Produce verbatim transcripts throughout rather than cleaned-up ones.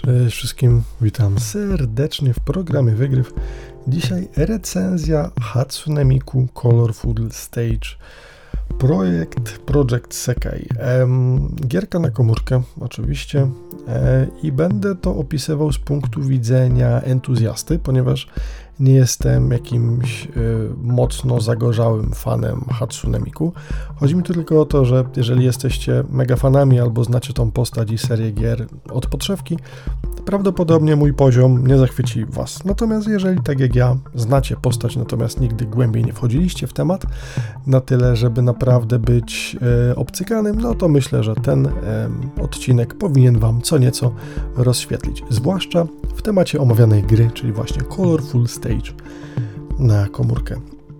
Cześć wszystkim, witam serdecznie w programie Wygryw. Dzisiaj recenzja Hatsune Miku Colorful Stage. Projekt Project Sekai. Gierka na komórkę oczywiście e, i będę to opisywał z punktu widzenia entuzjasty, ponieważ nie jestem jakimś y, mocno zagorzałym fanem Hatsune Miku. Chodzi mi tu tylko o to, że jeżeli jesteście mega fanami albo znacie tą postać i serię gier od podszewki, prawdopodobnie mój poziom nie zachwyci was. Natomiast jeżeli tak jak ja znacie postać, natomiast nigdy głębiej nie wchodziliście w temat, na tyle, żeby naprawdę być y, obcykanym, no to myślę, że ten y, odcinek powinien wam co nieco rozświetlić. Zwłaszcza w temacie omawianej gry, czyli właśnie Colorful Stage na komórkę.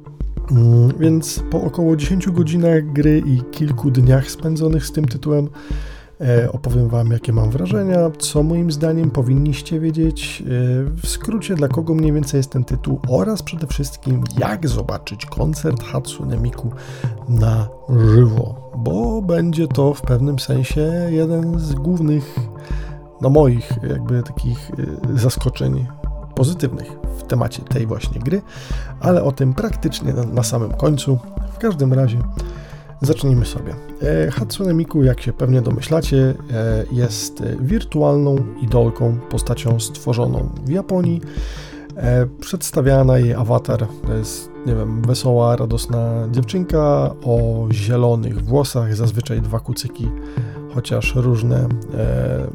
Więc po około dziesięciu godzinach gry i kilku dniach spędzonych z tym tytułem e, opowiem wam, jakie mam wrażenia, co moim zdaniem powinniście wiedzieć, e, w skrócie, dla kogo mniej więcej jest ten tytuł oraz przede wszystkim, jak zobaczyć koncert Hatsune Miku na żywo, bo będzie to w pewnym sensie jeden z głównych, no moich jakby takich e, zaskoczeń pozytywnych w temacie tej właśnie gry, ale o tym praktycznie na, na samym końcu. W każdym razie zacznijmy sobie. E, Hatsune Miku, jak się pewnie domyślacie, e, jest wirtualną idolką, postacią stworzoną w Japonii. E, przedstawiana jej awatar to jest, nie wiem, wesoła, radosna dziewczynka o zielonych włosach, zazwyczaj dwa kucyki, chociaż różne e,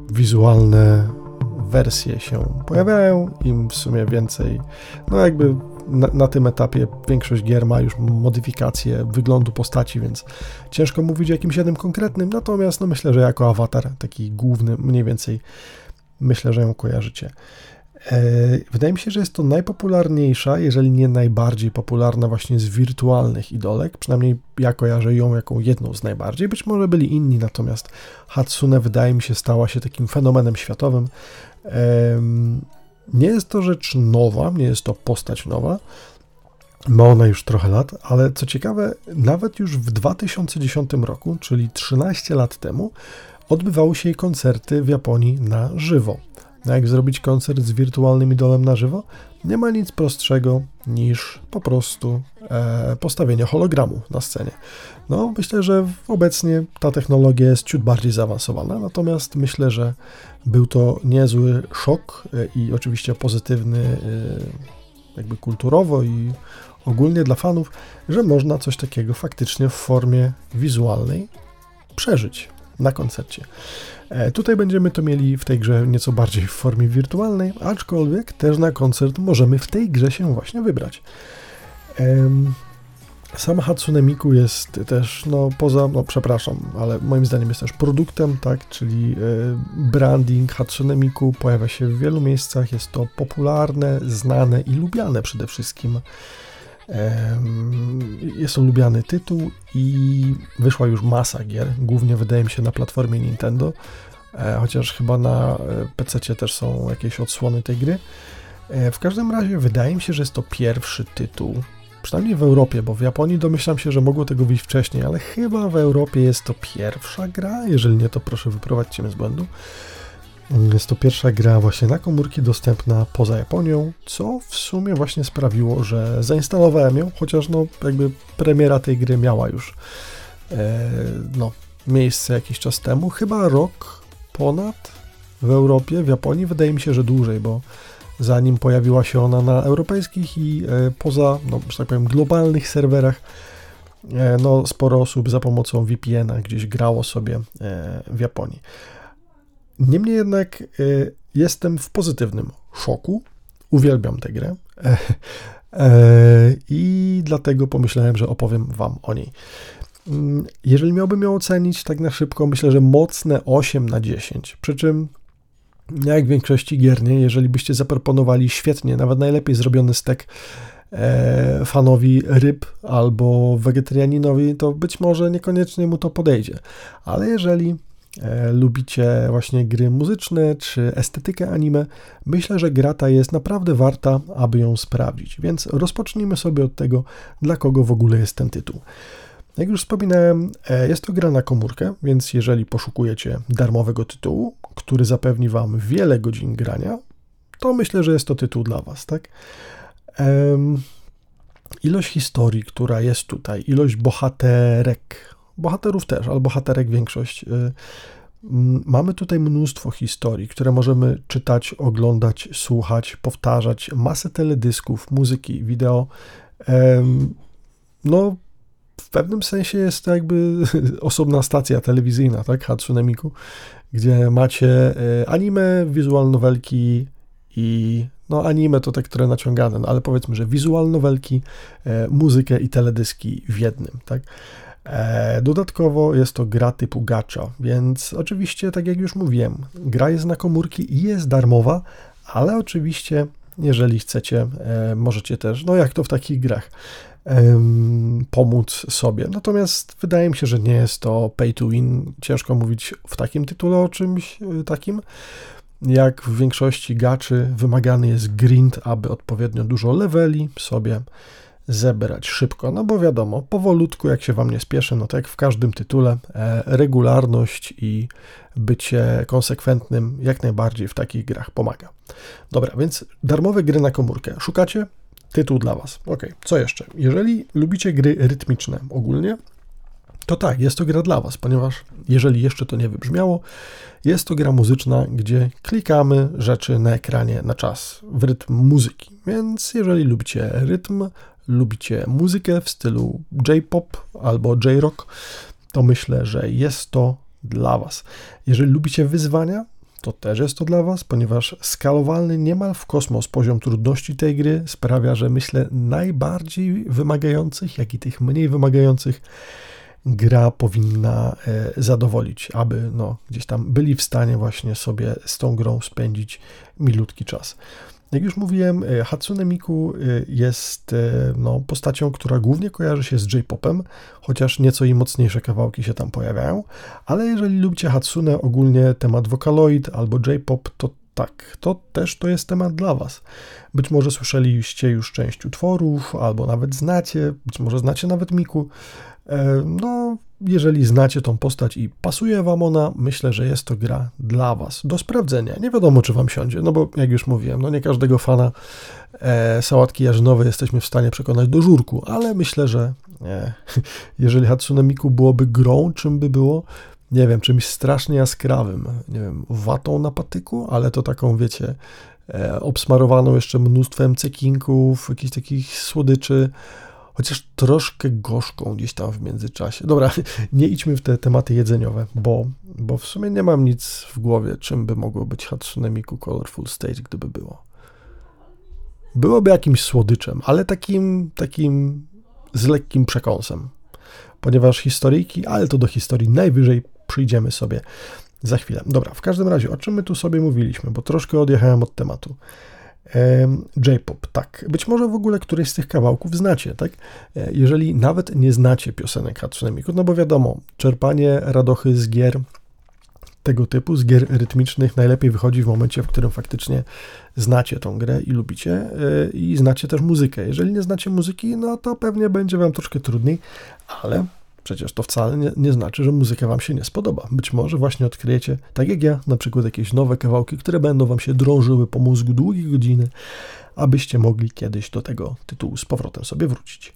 wizualne wersje się pojawiają, im w sumie więcej, no jakby na, na tym etapie większość gier ma już modyfikację wyglądu postaci, więc ciężko mówić o jakimś jednym konkretnym, natomiast no myślę, że jako awatar taki główny, mniej więcej myślę, że ją kojarzycie. E, wydaje mi się, że jest to najpopularniejsza, jeżeli nie najbardziej popularna właśnie z wirtualnych idolek, przynajmniej ja kojarzę ją jako jedną z najbardziej, być może byli inni, natomiast Hatsune wydaje mi się stała się takim fenomenem światowym. E, nie jest to rzecz nowa, nie jest to postać nowa, ma ona już trochę lat, ale co ciekawe, nawet już w dwa tysiące dziesiątym roku, czyli trzynaście lat temu, odbywały się jej koncerty w Japonii na żywo. No jak zrobić koncert z wirtualnym idolem na żywo? Nie ma nic prostszego niż po prostu e, postawienie hologramu na scenie. No myślę, że obecnie ta technologia jest ciut bardziej zaawansowana, natomiast myślę, że był to niezły szok e, i oczywiście pozytywny e, jakby kulturowo i ogólnie dla fanów, że można coś takiego faktycznie w formie wizualnej przeżyć na koncercie. E, tutaj będziemy to mieli w tej grze nieco bardziej w formie wirtualnej, aczkolwiek też na koncert możemy w tej grze się właśnie wybrać. E, Sama Hatsune Miku jest też, no poza, no przepraszam, ale moim zdaniem jest też produktem, tak, czyli e, branding Hatsune Miku pojawia się w wielu miejscach, jest to popularne, znane i lubiane przede wszystkim. Jest to lubiany tytuł i wyszła już masa gier, głównie wydaje mi się na platformie Nintendo, chociaż chyba na pececie też są jakieś odsłony tej gry. W każdym razie wydaje mi się, że jest to pierwszy tytuł, przynajmniej w Europie, bo w Japonii domyślam się, że mogło tego wyjść wcześniej, ale chyba w Europie jest to pierwsza gra, jeżeli nie, to proszę wyprowadźcie mnie z błędu. Jest to pierwsza gra właśnie na komórki dostępna poza Japonią, co w sumie właśnie sprawiło, że zainstalowałem ją, chociaż no jakby premiera tej gry miała już e, no, miejsce jakiś czas temu, chyba rok ponad w Europie, w Japonii wydaje mi się, że dłużej, bo zanim pojawiła się ona na europejskich i e, poza, no, że tak powiem, globalnych serwerach, e, no sporo osób za pomocą V P N a gdzieś grało sobie e, w Japonii. Niemniej jednak y, jestem w pozytywnym szoku, uwielbiam tę grę e, e, i dlatego pomyślałem, że opowiem wam o niej. Jeżeli miałbym ją ocenić tak na szybko, myślę, że mocne osiem na dziesięć, przy czym jak w większości gier, nie, jeżeli byście zaproponowali świetnie, nawet najlepiej zrobiony stek e, fanowi ryb albo wegetarianinowi, to być może niekoniecznie mu to podejdzie, ale jeżeli E, lubicie właśnie gry muzyczne czy estetykę anime, myślę, że gra ta jest naprawdę warta, aby ją sprawdzić. Więc rozpocznijmy sobie od tego, dla kogo w ogóle jest ten tytuł. Jak już wspominałem, e, jest to gra na komórkę, więc jeżeli poszukujecie darmowego tytułu, który zapewni wam wiele godzin grania, to myślę, że jest to tytuł dla was, tak? Um, ilość historii, która jest tutaj, ilość bohaterek, bohaterów też, ale bohaterek większość. Y, Mamy tutaj mnóstwo historii, które możemy czytać, oglądać, słuchać, powtarzać, masę teledysków, muzyki, wideo. No, w pewnym sensie jest to jakby osobna stacja telewizyjna, tak, Hatsune Miku, gdzie macie anime, visual novelki i no anime to te, które naciągane, no ale powiedzmy, że visual novelki, muzykę i teledyski w jednym, tak. Dodatkowo jest to gra typu gacha, więc oczywiście, tak jak już mówiłem, gra jest na komórki i jest darmowa, ale oczywiście, jeżeli chcecie, możecie też, no jak to w takich grach, pomóc sobie. Natomiast wydaje mi się, że nie jest to pay to win. Ciężko mówić w takim tytule o czymś takim. Jak w większości gaczy wymagany jest grind, aby odpowiednio dużo leveli sobie zebrać szybko, no bo wiadomo, powolutku, jak się wam nie spieszy, no tak jak w każdym tytule, e, regularność i bycie konsekwentnym jak najbardziej w takich grach pomaga. Dobra, więc darmowe gry na komórkę. Szukacie? Tytuł dla was. Ok, co jeszcze? Jeżeli lubicie gry rytmiczne ogólnie, to tak, jest to gra dla was, ponieważ jeżeli jeszcze to nie wybrzmiało, jest to gra muzyczna, gdzie klikamy rzeczy na ekranie na czas, w rytm muzyki. Więc jeżeli lubicie rytm, lubicie muzykę w stylu J-pop albo J-rock, to myślę, że jest to dla was. Jeżeli lubicie wyzwania, to też jest to dla was, ponieważ skalowalny niemal w kosmos poziom trudności tej gry sprawia, że myślę najbardziej wymagających, jak i tych mniej wymagających gra powinna e, zadowolić, aby no, gdzieś tam byli w stanie właśnie sobie z tą grą spędzić milutki czas. Jak już mówiłem, Hatsune Miku jest no, postacią, która głównie kojarzy się z J-popem, chociaż nieco i mocniejsze kawałki się tam pojawiają, ale jeżeli lubicie Hatsune, ogólnie temat Vocaloid albo J-pop, to tak, to też to jest temat dla was. Być może słyszeliście już część utworów, albo nawet znacie, być może znacie nawet Miku. No, jeżeli znacie tą postać i pasuje wam ona, myślę, że jest to gra dla was, do sprawdzenia. Nie wiadomo, czy wam siądzie, no bo jak już mówiłem, no nie każdego fana e, sałatki jarzynowej jesteśmy w stanie przekonać do żurku, ale myślę, że e, jeżeli Hatsune Miku byłoby grą, czym by było? Nie wiem, czymś strasznie jaskrawym, nie wiem, watą na patyku, ale to taką, wiecie, e, obsmarowaną jeszcze mnóstwem cekinków, jakichś takich słodyczy, chociaż troszkę gorzką gdzieś tam w międzyczasie. Dobra, nie idźmy w te tematy jedzeniowe, bo, bo w sumie nie mam nic w głowie, czym by mogło być Hatsune Miku Colorful Stage, gdyby było. Byłoby jakimś słodyczem, ale takim, takim z lekkim przekąsem, ponieważ historyjki, ale to do historii najwyżej przyjdziemy sobie za chwilę. Dobra, w każdym razie, o czym my tu sobie mówiliśmy, bo troszkę odjechałem od tematu. J-pop, tak. Być może w ogóle któryś z tych kawałków znacie, tak? Jeżeli nawet nie znacie piosenek Hatsune Miku, no bo wiadomo, czerpanie radochy z gier tego typu, z gier rytmicznych najlepiej wychodzi w momencie, w którym faktycznie znacie tą grę i lubicie i znacie też muzykę. Jeżeli nie znacie muzyki, no to pewnie będzie wam troszkę trudniej, ale przecież to wcale nie, nie znaczy, że muzyka wam się nie spodoba. Być może właśnie odkryjecie, tak jak ja, na przykład jakieś nowe kawałki, które będą wam się drążyły po mózgu długie godziny, abyście mogli kiedyś do tego tytułu z powrotem sobie wrócić.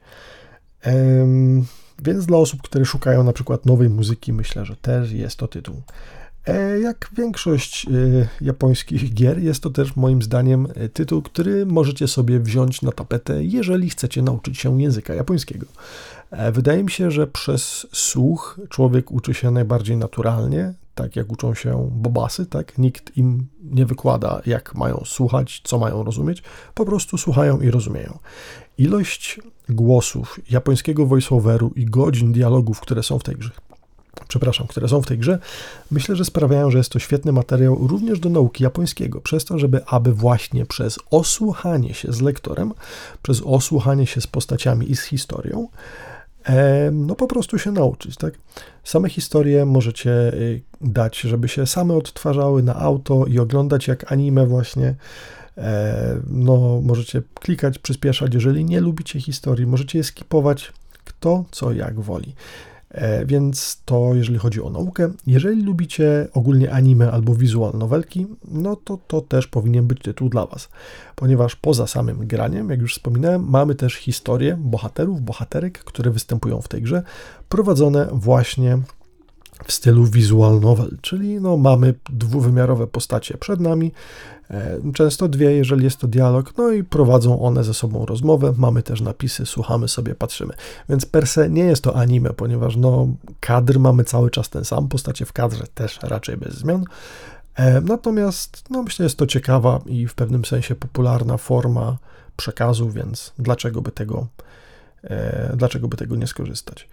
Ehm, więc dla osób, które szukają na przykład nowej muzyki, myślę, że też jest to tytuł. E, jak większość e, japońskich gier, jest to też moim zdaniem tytuł, który możecie sobie wziąć na tapetę, jeżeli chcecie nauczyć się języka japońskiego. E, wydaje mi się, że przez słuch człowiek uczy się najbardziej naturalnie, tak jak uczą się bobasy, tak? Nikt im nie wykłada, jak mają słuchać, co mają rozumieć, po prostu słuchają i rozumieją. Ilość głosów japońskiego voice-overu i godzin dialogów, które są w tej grze, przepraszam, które są w tej grze, myślę, że sprawiają, że jest to świetny materiał również do nauki japońskiego, przez to, żeby aby właśnie przez osłuchanie się z lektorem, przez osłuchanie się z postaciami i z historią, e, no po prostu się nauczyć, tak? Same historie możecie dać, żeby się same odtwarzały na auto i oglądać jak anime właśnie. E, no możecie klikać, przyspieszać, jeżeli nie lubicie historii, możecie je skipować, kto co jak woli. Więc to jeżeli chodzi o naukę. Jeżeli lubicie ogólnie anime albo visual novelki, no to to też powinien być tytuł dla Was, ponieważ poza samym graniem, jak już wspominałem, mamy też historię bohaterów, bohaterek, które występują w tej grze, prowadzone właśnie w stylu visual novel, czyli no mamy dwuwymiarowe postacie przed nami, często dwie, jeżeli jest to dialog, no i prowadzą one ze sobą rozmowę, mamy też napisy, słuchamy sobie, patrzymy, więc per se nie jest to anime, ponieważ no kadr mamy cały czas ten sam, postacie w kadrze też raczej bez zmian, natomiast no myślę, jest to ciekawa i w pewnym sensie popularna forma przekazu, więc dlaczego by tego, dlaczego by tego nie skorzystać.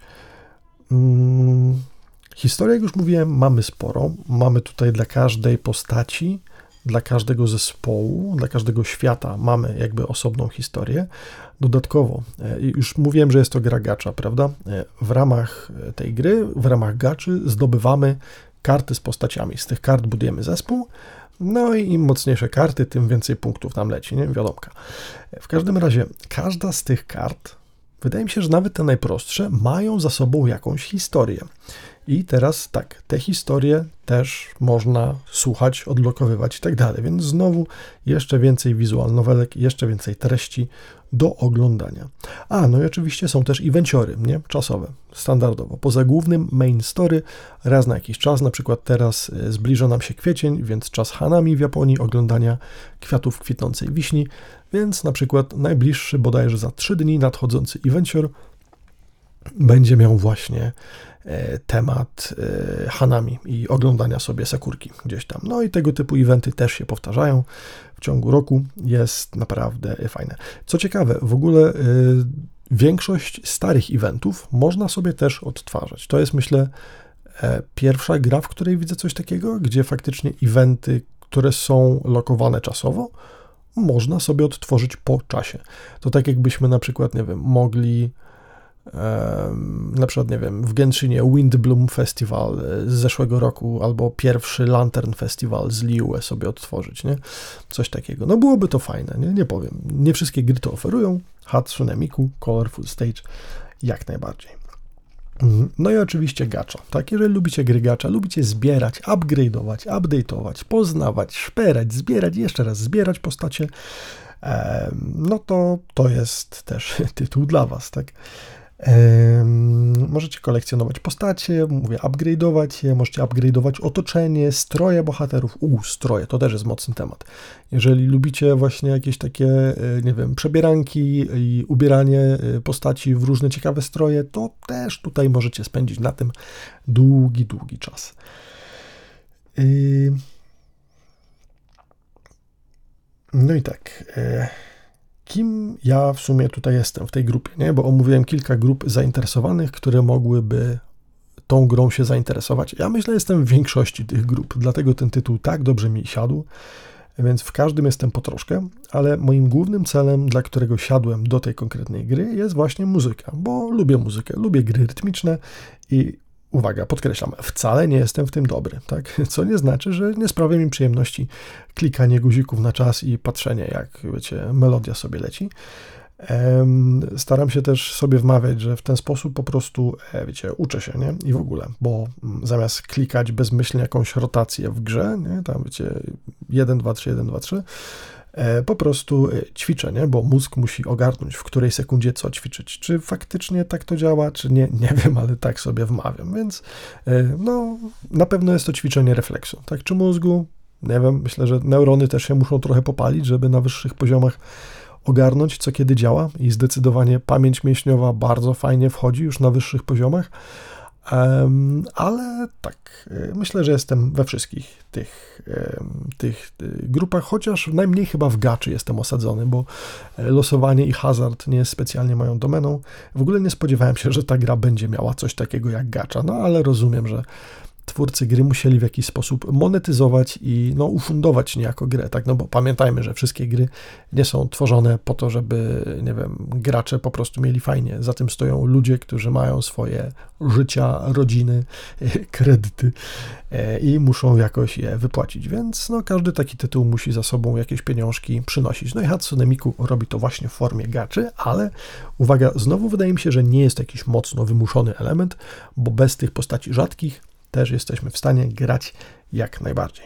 Hmm. Historię, jak już mówiłem, mamy sporo. Mamy tutaj dla każdej postaci, dla każdego zespołu, dla każdego świata mamy jakby osobną historię. Dodatkowo, już mówiłem, że jest to gra gacza, prawda? W ramach tej gry, w ramach gaczy zdobywamy karty z postaciami. Z tych kart budujemy zespół, no i im mocniejsze karty, tym więcej punktów nam leci, nie? Wiadomka. W każdym razie, każda z tych kart, wydaje mi się, że nawet te najprostsze, mają za sobą jakąś historię. I teraz tak, te historie też można słuchać, odblokowywać i tak dalej, więc znowu jeszcze więcej wizual nowelek, jeszcze więcej treści do oglądania. A, no i oczywiście są też evenciory, nie? Czasowe, standardowo. Poza głównym main story raz na jakiś czas, na przykład teraz zbliża nam się kwiecień, więc czas hanami w Japonii, oglądania kwiatów kwitnącej wiśni, więc na przykład najbliższy bodajże za trzy dni nadchodzący evencior będzie miał właśnie temat hanami i oglądania sobie sakurki gdzieś tam. No i tego typu eventy też się powtarzają w ciągu roku. Jest naprawdę fajne. Co ciekawe, w ogóle większość starych eventów można sobie też odtwarzać. To jest, myślę, pierwsza gra, w której widzę coś takiego, gdzie faktycznie eventy, które są lokowane czasowo, można sobie odtworzyć po czasie. To tak jakbyśmy na przykład, nie wiem, mogli na przykład, nie wiem, w Genshinie Windbloom Festival z zeszłego roku albo pierwszy Lantern Festival z Liyue sobie odtworzyć, nie? Coś takiego. No byłoby to fajne, nie? Nie powiem. Nie wszystkie gry to oferują. Hatsune Miku, Colorful Stage jak najbardziej. No i oczywiście gacza, tak? Jeżeli lubicie gry gacza, lubicie zbierać, upgrade'ować, update'ować, poznawać, szperać, zbierać, jeszcze raz zbierać postacie, no to to jest też tytuł dla Was, tak? Możecie kolekcjonować postacie, mówię, upgrade'ować je, możecie upgrade'ować otoczenie, stroje bohaterów. U, stroje, to też jest mocny temat. Jeżeli lubicie właśnie jakieś takie, nie wiem, przebieranki i ubieranie postaci w różne ciekawe stroje, to też tutaj możecie spędzić na tym długi, długi czas. No i tak... Kim ja w sumie tutaj jestem w tej grupie, nie? Bo omówiłem kilka grup zainteresowanych, które mogłyby tą grą się zainteresować. Ja myślę, że jestem w większości tych grup, dlatego ten tytuł tak dobrze mi siadł, więc w każdym jestem po troszkę, ale moim głównym celem, dla którego siadłem do tej konkretnej gry, jest właśnie muzyka, bo lubię muzykę, lubię gry rytmiczne i uwaga, podkreślam, wcale nie jestem w tym dobry, tak? Co nie znaczy, że nie sprawia mi przyjemności klikanie guzików na czas i patrzenie, jak, wiecie, melodia sobie leci. Staram się też sobie wmawiać, że w ten sposób po prostu, wiecie, uczę się, nie? I w ogóle, bo zamiast klikać bezmyślnie jakąś rotację w grze, nie? Tam, wiecie, jeden, dwa, trzy, jeden, dwa, trzy, po prostu ćwiczę, nie? Bo mózg musi ogarnąć, w której sekundzie co ćwiczyć. Czy faktycznie tak to działa, czy nie, nie wiem, ale tak sobie wmawiam, więc no, na pewno jest to ćwiczenie refleksu, tak? Czy mózgu? Nie wiem, myślę, że neurony też się muszą trochę popalić, żeby na wyższych poziomach ogarnąć, co kiedy działa i zdecydowanie pamięć mięśniowa bardzo fajnie wchodzi już na wyższych poziomach, um, ale tak, myślę, że jestem we wszystkich tych, um, tych grupach, chociaż najmniej chyba w gaczy jestem osadzony, bo losowanie i hazard nie jest specjalnie moją domeną. W ogóle nie spodziewałem się, że ta gra będzie miała coś takiego jak gacza, no ale rozumiem, że twórcy gry musieli w jakiś sposób monetyzować i no, ufundować niejako grę, tak? No bo pamiętajmy, że wszystkie gry nie są tworzone po to, żeby, nie wiem, gracze po prostu mieli fajnie. Za tym stoją ludzie, którzy mają swoje życia, rodziny, kredyty i muszą jakoś je wypłacić, więc no, każdy taki tytuł musi za sobą jakieś pieniążki przynosić. No i Hatsune Miku robi to właśnie w formie gaczy, ale uwaga, znowu wydaje mi się, że nie jest to jakiś mocno wymuszony element, bo bez tych postaci rzadkich też jesteśmy w stanie grać jak najbardziej.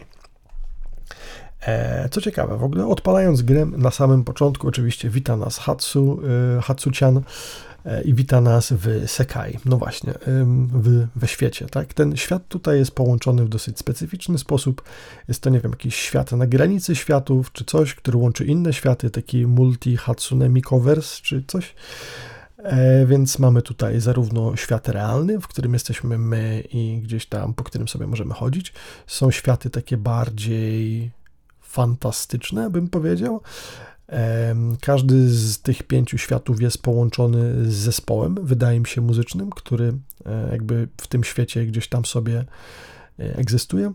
E, co ciekawe, w ogóle odpalając grę na samym początku oczywiście wita nas Hatsu, e, Hatsu-chan e, i wita nas w Sekai, no właśnie, e, w, we świecie, tak? Ten świat tutaj jest połączony w dosyć specyficzny sposób, jest to, nie wiem, jakiś świat na granicy światów, czy coś, który łączy inne światy, taki multi-Hatsune Mikoverse, czy coś. E, więc mamy tutaj zarówno świat realny, w którym jesteśmy my i gdzieś tam, po którym sobie możemy chodzić. Są światy takie bardziej fantastyczne, bym powiedział. E, każdy z tych pięciu światów jest połączony z zespołem, wydaje mi się, muzycznym, który e, jakby w tym świecie gdzieś tam sobie e, egzystuje.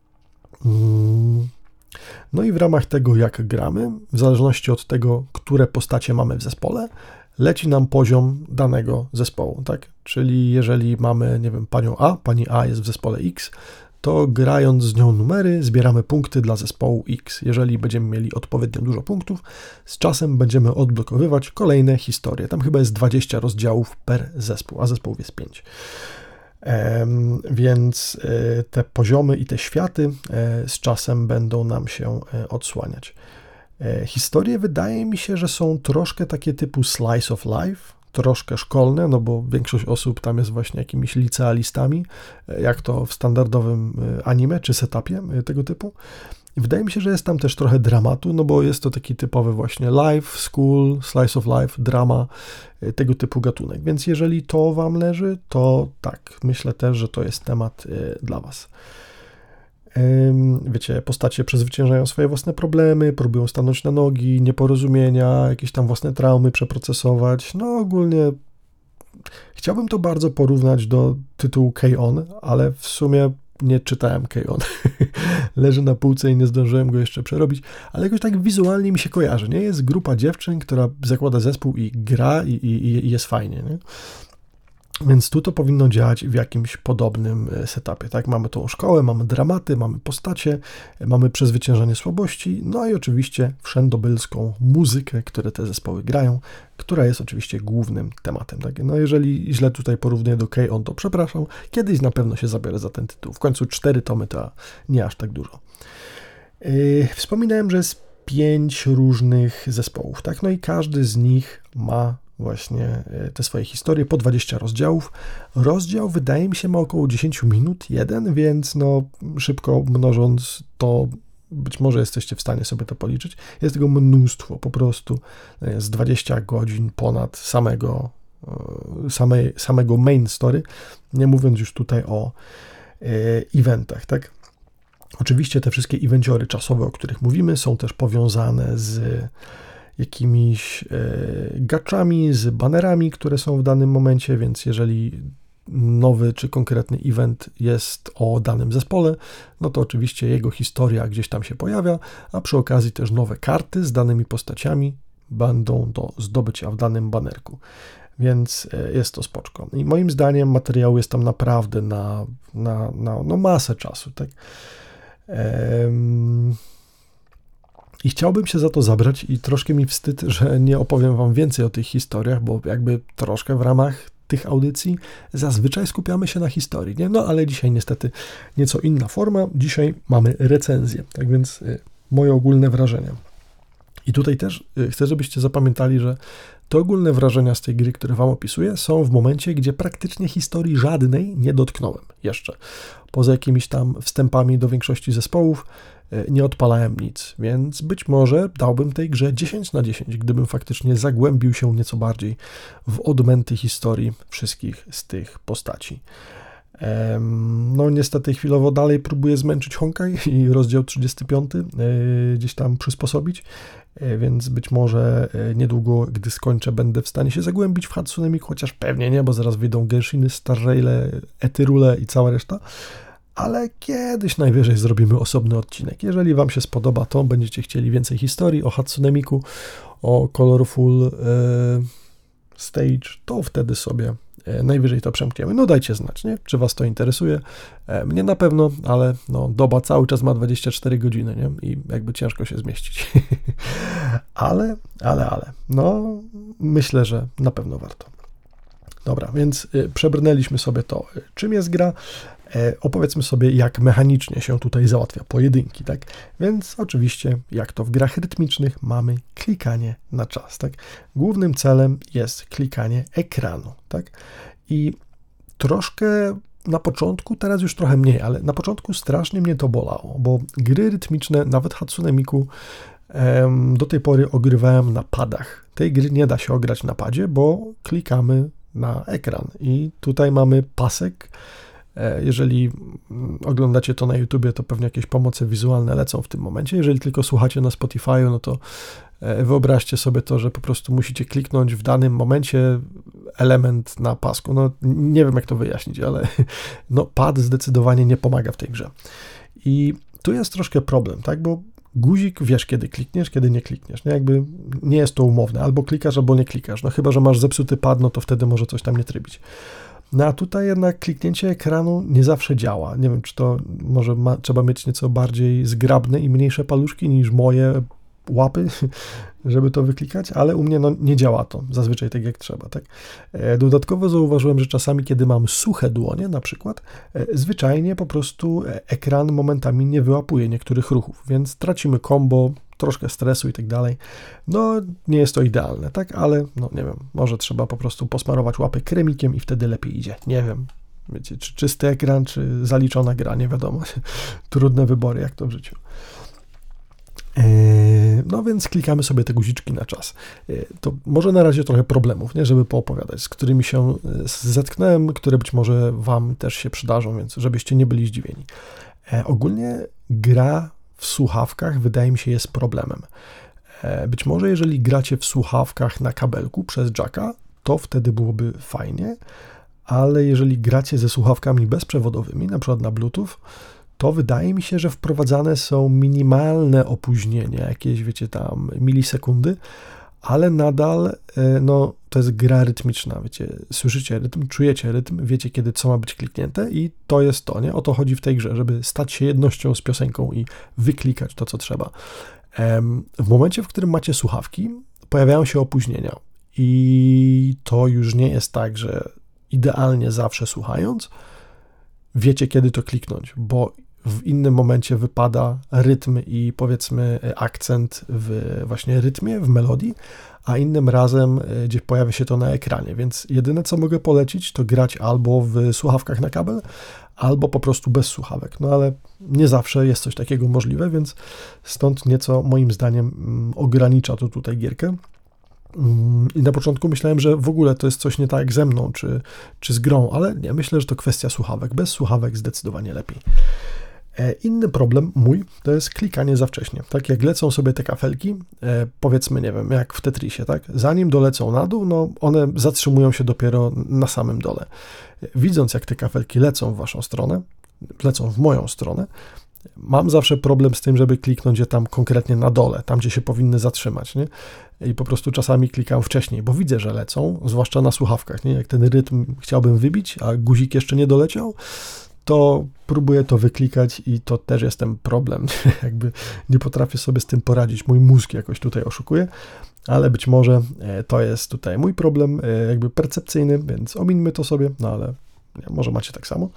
Mm. No i w ramach tego, jak gramy, w zależności od tego, które postacie mamy w zespole, leci nam poziom danego zespołu, tak? Czyli jeżeli mamy, nie wiem, panią A, pani A jest w zespole X, to grając z nią numery zbieramy punkty dla zespołu X. Jeżeli będziemy mieli odpowiednio dużo punktów, z czasem będziemy odblokowywać kolejne historie. Tam chyba jest dwadzieścia rozdziałów per zespół, a zespołów jest pięć. Um, więc y, te poziomy i te światy y, z czasem będą nam się y, odsłaniać. Historie wydaje mi się, że są troszkę takie typu slice of life, troszkę szkolne, no bo większość osób tam jest właśnie jakimiś licealistami, jak to w standardowym anime czy setupie tego typu. I wydaje mi się, że jest tam też trochę dramatu, no bo jest to taki typowy właśnie life, school, slice of life, drama, tego typu gatunek. Więc jeżeli to wam leży, to tak, myślę też, że to jest temat dla was. Wiecie, postacie przezwyciężają swoje własne problemy, próbują stanąć na nogi, nieporozumienia, jakieś tam własne traumy przeprocesować. No ogólnie chciałbym to bardzo porównać do tytułu K-On, ale w sumie nie czytałem K-On. Leży na półce i nie zdążyłem go jeszcze przerobić, ale jakoś tak wizualnie mi się kojarzy, nie? Jest grupa dziewczyn, która zakłada zespół i gra i, i, i jest fajnie, nie? Więc tu to powinno działać w jakimś podobnym setupie, tak? Mamy tą szkołę, mamy dramaty, mamy postacie, mamy przezwyciężanie słabości, no i oczywiście wszędobylską muzykę, które te zespoły grają, która jest oczywiście głównym tematem, tak? No jeżeli źle tutaj porównuję do K-On, to przepraszam, kiedyś na pewno się zabiorę za ten tytuł. W końcu cztery tomy to nie aż tak dużo. Yy, wspominałem, że jest pięć różnych zespołów, tak? No i każdy z nich ma właśnie te swoje historie, po dwadzieścia rozdziałów. Rozdział wydaje mi się ma około dziesięć minut, jeden, więc no szybko mnożąc to być może jesteście w stanie sobie to policzyć. Jest tego mnóstwo, po prostu jest dwadzieścia godzin ponad samego, samej, samego main story, nie mówiąc już tutaj o e, eventach, tak? Oczywiście te wszystkie evenciory czasowe, o których mówimy, są też powiązane z jakimiś e, gaczami, z banerami, które są w danym momencie, więc jeżeli nowy czy konkretny event jest o danym zespole, no to oczywiście jego historia gdzieś tam się pojawia, a przy okazji też nowe karty z danymi postaciami będą do zdobycia w danym banerku. Więc jest to spoczko. I moim zdaniem materiału jest tam naprawdę na, na, na no masę czasu, tak? Ehm... I chciałbym się za to zabrać i troszkę mi wstyd, że nie opowiem wam więcej o tych historiach, bo jakby troszkę w ramach tych audycji zazwyczaj skupiamy się na historii, nie? No ale dzisiaj niestety nieco inna forma, dzisiaj mamy recenzję, tak więc y, moje ogólne wrażenia. I tutaj też y, chcę, żebyście zapamiętali, że te ogólne wrażenia z tej gry, które wam opisuję, są w momencie, gdzie praktycznie historii żadnej nie dotknąłem jeszcze. Poza jakimiś tam wstępami do większości zespołów nie odpalałem nic, więc być może dałbym tej grze dziesięć na dziesięć, gdybym faktycznie zagłębił się nieco bardziej w odmęty historii wszystkich z tych postaci. No niestety chwilowo dalej próbuję zmęczyć Honkai i rozdział trzydziesty piąty gdzieś tam przysposobić, więc być może niedługo, gdy skończę, będę w stanie się zagłębić w Hatsune Miku, chociaż pewnie nie, bo zaraz wyjdą Genshiny, Star Raile, Etyrule i cała reszta. ale kiedyś najwyżej zrobimy osobny odcinek. Jeżeli Wam się spodoba, to będziecie chcieli więcej historii o Hatsune Miku, o Colorful e, Stage, to wtedy sobie e, najwyżej to przemkniemy. No dajcie znać, nie? Czy Was to interesuje. E, mnie na pewno, ale no, doba cały czas ma dwadzieścia cztery godziny, nie? I jakby ciężko się zmieścić. ale, ale, ale, no myślę, że na pewno warto. Dobra, więc y, przebrnęliśmy sobie to, y, czym jest gra. E, opowiedzmy sobie, jak mechanicznie się tutaj załatwia pojedynki, tak? Więc oczywiście, jak to w grach rytmicznych, mamy klikanie na czas, tak? Głównym celem jest klikanie ekranu, tak? I troszkę na początku, teraz już trochę mniej, ale na początku strasznie mnie to bolało, bo gry rytmiczne, nawet Hatsune Miku, em, do tej pory ogrywałem na padach. Tej gry nie da się ograć na padzie, bo klikamy na ekran i tutaj mamy pasek. Jeżeli oglądacie to na YouTubie, to pewnie jakieś pomoce wizualne lecą w tym momencie. Jeżeli tylko słuchacie na Spotify'u, no to wyobraźcie sobie to, że po prostu musicie kliknąć w danym momencie element na pasku. No nie wiem, jak to wyjaśnić, ale no pad zdecydowanie nie pomaga w tej grze. I tu jest troszkę problem, tak, bo guzik wiesz, kiedy klikniesz, kiedy nie klikniesz. Nie? Jakby nie jest to umowne. Albo klikasz, albo nie klikasz. No chyba że masz zepsuty pad, no to wtedy może coś tam nie trybić. No a tutaj jednak kliknięcie ekranu nie zawsze działa. Nie wiem, czy to może ma, trzeba mieć nieco bardziej zgrabne i mniejsze paluszki niż moje łapy, żeby to wyklikać, ale u mnie no, nie działa to zazwyczaj tak jak trzeba. Tak? Dodatkowo zauważyłem, że czasami, kiedy mam suche dłonie na przykład, zwyczajnie po prostu ekran momentami nie wyłapuje niektórych ruchów, więc tracimy kombo, troszkę stresu i tak dalej. No, nie jest to idealne, tak, ale no nie wiem, może trzeba po prostu posmarować łapy kremikiem i wtedy lepiej idzie. Nie wiem, wiecie, czy czysty ekran, czy zaliczona gra, nie wiadomo. Trudne wybory, jak to w życiu. No więc klikamy sobie te guziczki na czas. To może na razie trochę problemów, nie, żeby poopowiadać, z którymi się zetknąłem, które być może Wam też się przydarzą, więc żebyście nie byli zdziwieni. Ogólnie gra w słuchawkach wydaje mi się jest problemem. Być może jeżeli gracie w słuchawkach na kabelku przez jacka, to wtedy byłoby fajnie, ale jeżeli gracie ze słuchawkami bezprzewodowymi, na przykład na Bluetooth, to wydaje mi się, że wprowadzane są minimalne opóźnienia, jakieś, wiecie, tam milisekundy, ale nadal, no, to jest gra rytmiczna, wiecie, słyszycie rytm, czujecie rytm, wiecie, kiedy co ma być kliknięte i to jest to, nie? O to chodzi w tej grze, żeby stać się jednością z piosenką i wyklikać to, co trzeba. W momencie, w którym macie słuchawki, pojawiają się opóźnienia i to już nie jest tak, że idealnie zawsze słuchając, wiecie, kiedy to kliknąć, bo w innym momencie wypada rytm i powiedzmy akcent w właśnie rytmie, w melodii, a innym razem gdzie pojawia się to na ekranie, więc jedyne, co mogę polecić, to grać albo w słuchawkach na kabel, albo po prostu bez słuchawek, no ale nie zawsze jest coś takiego możliwe, więc stąd nieco moim zdaniem ogranicza to tutaj gierkę. I na początku myślałem, że w ogóle to jest coś nie tak ze mną, czy, czy z grą, ale nie, myślę, że to kwestia słuchawek. Bez słuchawek zdecydowanie lepiej. Inny problem mój to jest klikanie za wcześnie. Tak jak lecą sobie te kafelki, powiedzmy, nie wiem, jak w Tetrisie, tak? Zanim dolecą na dół, no one zatrzymują się dopiero na samym dole. Widząc, jak te kafelki lecą w waszą stronę, lecą w moją stronę, mam zawsze problem z tym, żeby kliknąć je tam konkretnie na dole, tam gdzie się powinny zatrzymać, nie? I po prostu czasami klikam wcześniej, bo widzę, że lecą, zwłaszcza na słuchawkach, nie? Jak ten rytm chciałbym wybić, a guzik jeszcze nie doleciał, to próbuję to wyklikać i to też jest ten problem. Jakby nie potrafię sobie z tym poradzić, mój mózg jakoś tutaj oszukuje, ale być może to jest tutaj mój problem jakby percepcyjny, więc omińmy to sobie, no ale nie, może macie tak samo.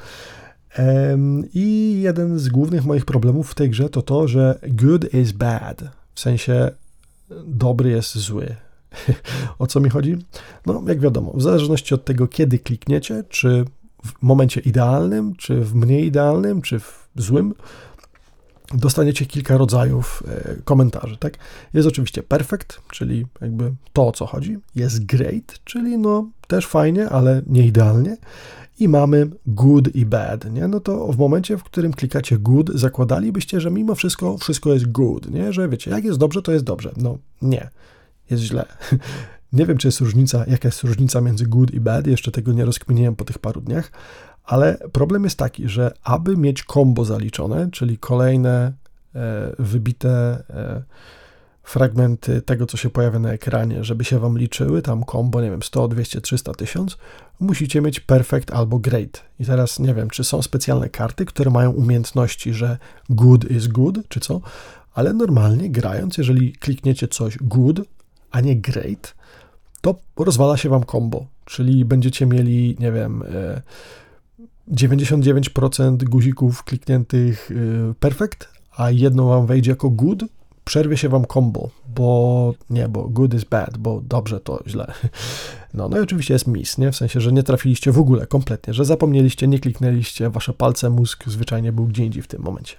I jeden z głównych moich problemów w tej grze to to, że good is bad, w sensie dobry jest zły. O co mi chodzi? No, jak wiadomo, w zależności od tego, kiedy klikniecie, czy w momencie idealnym, czy w mniej idealnym, czy w złym, dostaniecie kilka rodzajów komentarzy, tak? Jest oczywiście perfect, czyli jakby to, o co chodzi. Jest great, czyli no też fajnie, ale nie idealnie. I mamy good i bad, nie? No to w momencie, w którym klikacie good, zakładalibyście, że mimo wszystko wszystko jest good, nie? Że wiecie, jak jest dobrze, to jest dobrze. No nie, jest źle. Nie wiem, czy jest różnica, jaka jest różnica między good i bad, jeszcze tego nie rozkminiłem po tych paru dniach, Ale problem jest taki, że aby mieć combo zaliczone, czyli kolejne e, wybite e, fragmenty tego, co się pojawia na ekranie, żeby się wam liczyły, tam combo, nie wiem, sto, dwieście, trzysta, tysiąc, musicie mieć perfect albo great. I teraz nie wiem, czy są specjalne karty, które mają umiejętności, że good is good, czy co, ale normalnie grając, jeżeli klikniecie coś good, a nie great, to rozwala się wam combo, czyli będziecie mieli, nie wiem, dziewięćdziesiąt dziewięć procent guzików klikniętych perfect, a jedno wam wejdzie jako good, przerwie się wam combo, bo nie, bo good is bad, bo dobrze to źle. No, no i oczywiście jest miss, nie? W sensie, że nie trafiliście w ogóle kompletnie, że zapomnieliście, nie kliknęliście, wasze palce, mózg zwyczajnie był gdzie indziej w tym momencie.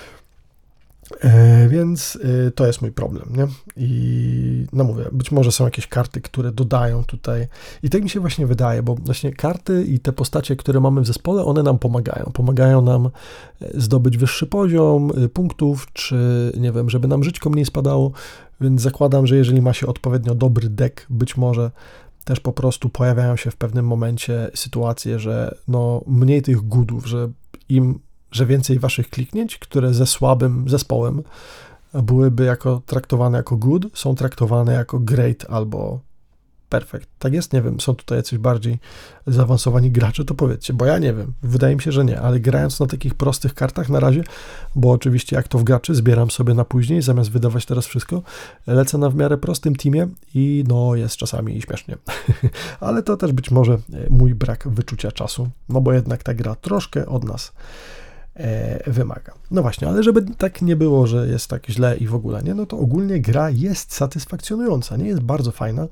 E, więc e, to jest mój problem, nie? I no mówię, być może są jakieś karty, które dodają tutaj i tak mi się właśnie wydaje, bo właśnie karty i te postacie, które mamy w zespole, one nam pomagają. Pomagają nam zdobyć wyższy poziom punktów, czy nie wiem, żeby nam żyćko mniej spadało, więc zakładam, że jeżeli ma się odpowiednio dobry deck, być może też po prostu pojawiają się w pewnym momencie sytuacje, że no mniej tych goodów, że im że więcej waszych kliknięć, które ze słabym zespołem byłyby jako traktowane jako good, są traktowane jako great albo perfect. Tak jest? Nie wiem, są tutaj jacyś bardziej zaawansowani gracze, to powiedzcie, bo ja nie wiem, wydaje mi się, że nie, ale grając na takich prostych kartach na razie, bo oczywiście jak to w graczy, zbieram sobie na później, zamiast wydawać teraz wszystko, lecę na w miarę prostym teamie i no jest czasami śmiesznie, ale to też być może mój brak wyczucia czasu, no bo jednak ta gra troszkę od nas wymaga. No właśnie, ale żeby tak nie było, że jest tak źle i w ogóle nie, no to ogólnie gra jest satysfakcjonująca, nie jest bardzo fajna.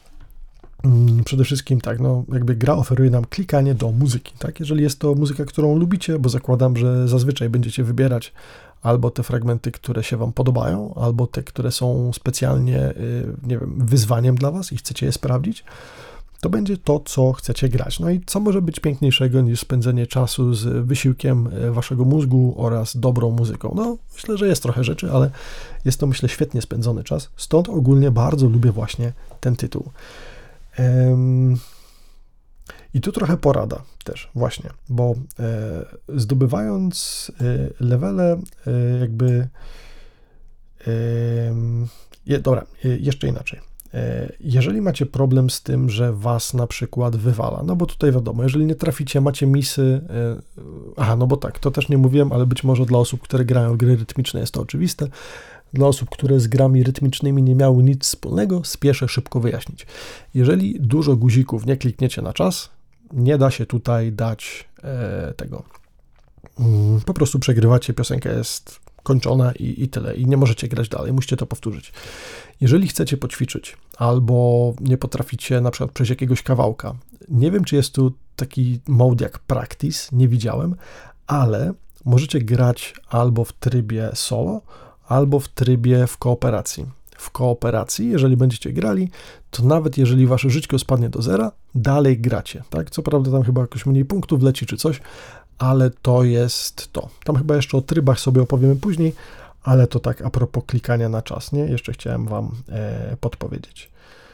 Przede wszystkim tak, no jakby gra oferuje nam klikanie do muzyki, tak? Jeżeli jest to muzyka, którą lubicie, bo zakładam, że zazwyczaj będziecie wybierać albo te fragmenty, które się wam podobają, albo te, które są specjalnie, nie wiem, wyzwaniem dla was i chcecie je sprawdzić, to będzie to, co chcecie grać. No i co może być piękniejszego niż spędzenie czasu z wysiłkiem waszego mózgu oraz dobrą muzyką? No, myślę, że jest trochę rzeczy, ale jest to, myślę, świetnie spędzony czas. Stąd ogólnie bardzo lubię właśnie ten tytuł. Um, I tu trochę porada też właśnie, bo e, zdobywając e, levele e, jakby e, je, dobra, e, jeszcze inaczej. Jeżeli macie problem z tym, że was na przykład wywala, no bo tutaj wiadomo, jeżeli nie traficie, macie misy, aha, no bo tak, to też nie mówiłem, ale być może dla osób, które grają w gry rytmiczne jest to oczywiste, dla osób, które z grami rytmicznymi nie miały nic wspólnego, spieszę szybko wyjaśnić. Jeżeli dużo guzików nie klikniecie na czas, nie da się tutaj dać e, tego, po prostu przegrywacie, piosenka jest kończona i, i tyle, i nie możecie grać dalej, musicie to powtórzyć. Jeżeli chcecie poćwiczyć, albo nie potraficie na przykład przejść jakiegoś kawałka, nie wiem, czy jest tu taki mode jak practice, nie widziałem, ale możecie grać albo w trybie solo, albo w trybie w kooperacji. W kooperacji, jeżeli będziecie grali, to nawet jeżeli wasze żyćko spadnie do zera, dalej gracie, tak? Co prawda tam chyba jakoś mniej punktów leci czy coś, ale to jest to. Tam chyba jeszcze o trybach sobie opowiemy później, ale to tak a propos klikania na czas, nie? Jeszcze chciałem wam e, podpowiedzieć.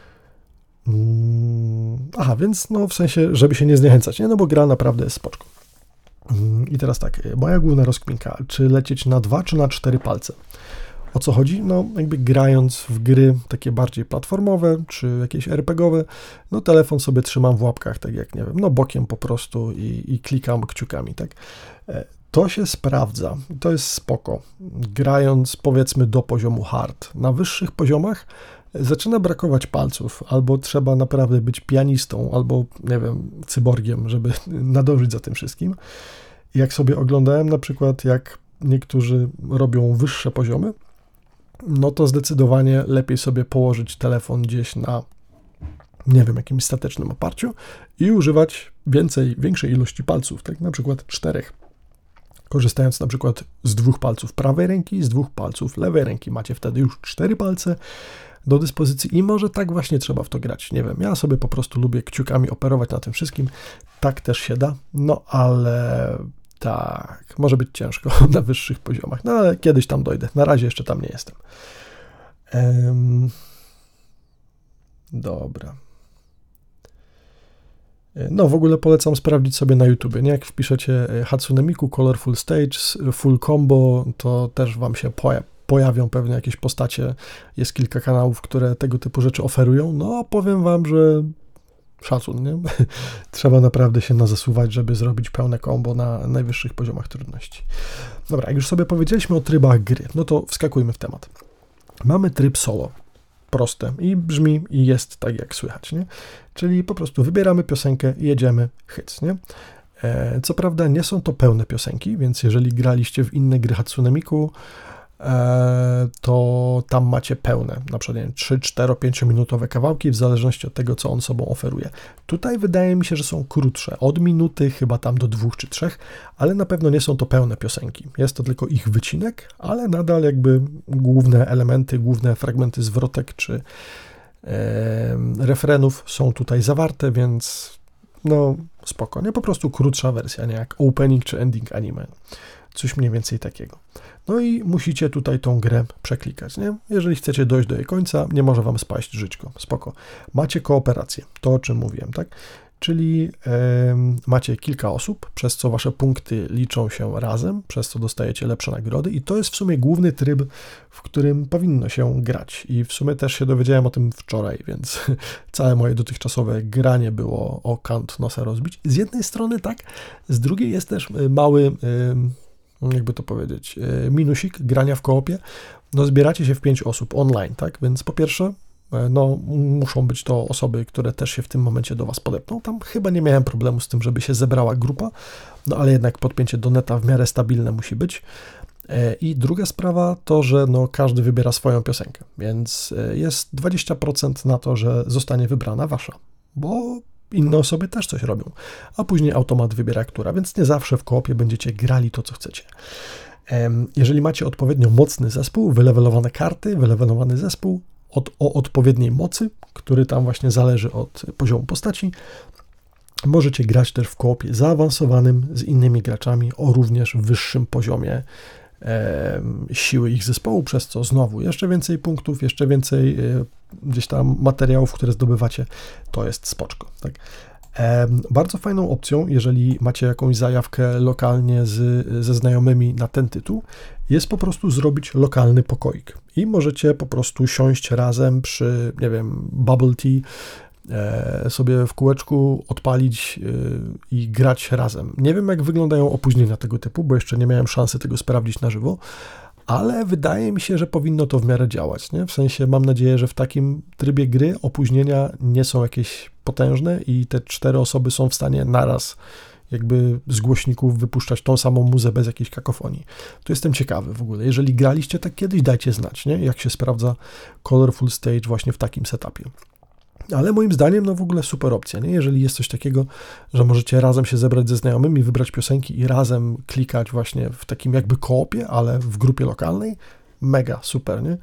Mm, aha, więc no w sensie, żeby się nie zniechęcać, nie? No bo gra naprawdę jest spoczko. Mm, I teraz tak, moja główna rozkminka, czy lecieć na dwa, czy na cztery palce? O co chodzi? No jakby grając w gry takie bardziej platformowe, czy jakieś er pe gie owe, no telefon sobie trzymam w łapkach, tak jak, nie wiem, no bokiem po prostu i, i klikam kciukami, tak? To się sprawdza, to jest spoko. Grając powiedzmy do poziomu hard. Na wyższych poziomach zaczyna brakować palców, albo trzeba naprawdę być pianistą, albo nie wiem, cyborgiem, żeby nadążyć za tym wszystkim. Jak sobie oglądałem na przykład, jak niektórzy robią wyższe poziomy, no to zdecydowanie lepiej sobie położyć telefon gdzieś na, nie wiem, jakimś statecznym oparciu i używać więcej, większej ilości palców, tak na przykład czterech. Korzystając na przykład z dwóch palców prawej ręki, z dwóch palców lewej ręki. Macie wtedy już cztery palce do dyspozycji i może tak właśnie trzeba w to grać. Nie wiem, ja sobie po prostu lubię kciukami operować na tym wszystkim. Tak też się da, no ale tak, może być ciężko na wyższych poziomach, no ale kiedyś tam dojdę. Na razie jeszcze tam nie jestem. Ehm, dobra. No w ogóle polecam sprawdzić sobie na YouTube, nie? Jak wpiszecie Hatsune Miku, Colorful Stage, Full Combo, to też wam się poja- pojawią pewnie jakieś postacie, jest kilka kanałów, które tego typu rzeczy oferują, no powiem wam, że szacun, nie? Trzeba naprawdę się nazasuwać, żeby zrobić pełne combo na najwyższych poziomach trudności. Dobra, jak już sobie powiedzieliśmy o trybach gry, no to wskakujmy w temat. Mamy tryb solo. Proste i brzmi i jest tak jak słychać, nie? Czyli po prostu wybieramy piosenkę i jedziemy, hyc, nie? E, co prawda nie są to pełne piosenki, więc jeżeli graliście w inne gry Hatsune Miku, e, to tam macie pełne, na przykład trzy, cztery, pięć minutowe kawałki, w zależności od tego, co on sobą oferuje. Tutaj wydaje mi się, że są krótsze, od minuty chyba tam do dwóch czy trzech, ale na pewno nie są to pełne piosenki. Jest to tylko ich wycinek, ale nadal jakby główne elementy, główne fragmenty zwrotek czy e, refrenów są tutaj zawarte, więc no spoko, nie? Po prostu krótsza wersja, nie jak opening czy ending anime. Coś mniej więcej takiego. No i musicie tutaj tą grę przeklikać, nie? Jeżeli chcecie dojść do jej końca, nie może wam spaść żyćko, spoko. Macie kooperację, to o czym mówiłem, tak? Czyli e, macie kilka osób, przez co wasze punkty liczą się razem, przez co dostajecie lepsze nagrody i to jest w sumie główny tryb, w którym powinno się grać i w sumie też się dowiedziałem o tym wczoraj, więc całe moje dotychczasowe granie było o kant nosa rozbić. Z jednej strony tak, z drugiej jest też mały, jakby to powiedzieć, minusik grania w koopie. No zbieracie się w pięć osób online, tak, więc po pierwsze no muszą być to osoby, które też się w tym momencie do was podepną. Tam chyba nie miałem problemu z tym, żeby się zebrała grupa, no ale jednak podpięcie do neta w miarę stabilne musi być. I druga sprawa to, że no każdy wybiera swoją piosenkę, więc jest dwadzieścia procent na to, że zostanie wybrana wasza, bo inne osoby też coś robią, a później automat wybiera która, więc nie zawsze w koopie będziecie grali to, co chcecie. Jeżeli macie odpowiednio mocny zespół, wylewelowane karty, wylewelowany zespół, Od, o odpowiedniej mocy, który tam właśnie zależy od poziomu postaci. Możecie grać też w koopie zaawansowanym z innymi graczami o również wyższym poziomie e, siły ich zespołu, przez co znowu jeszcze więcej punktów, jeszcze więcej e, gdzieś tam materiałów, które zdobywacie, to jest spoczko. Tak? E, bardzo fajną opcją, jeżeli macie jakąś zajawkę lokalnie z, ze znajomymi na ten tytuł, jest po prostu zrobić lokalny pokoik i możecie po prostu siąść razem przy, nie wiem, bubble tea, e, sobie w kółeczku odpalić e, i grać razem. Nie wiem, jak wyglądają opóźnienia tego typu, bo jeszcze nie miałem szansy tego sprawdzić na żywo, ale wydaje mi się, że powinno to w miarę działać, nie? W sensie mam nadzieję, że w takim trybie gry opóźnienia nie są jakieś potężne i te cztery osoby są w stanie naraz jakby z głośników wypuszczać tą samą muzę bez jakiejś kakofonii. To jestem ciekawy w ogóle. Jeżeli graliście tak kiedyś, dajcie znać, nie? Jak się sprawdza Colorful Stage właśnie w takim setupie. Ale moim zdaniem, no w ogóle super opcja, nie? Jeżeli jest coś takiego, że możecie razem się zebrać ze znajomymi, wybrać piosenki i razem klikać właśnie w takim jakby koopie, ale w grupie lokalnej, mega, super, nie?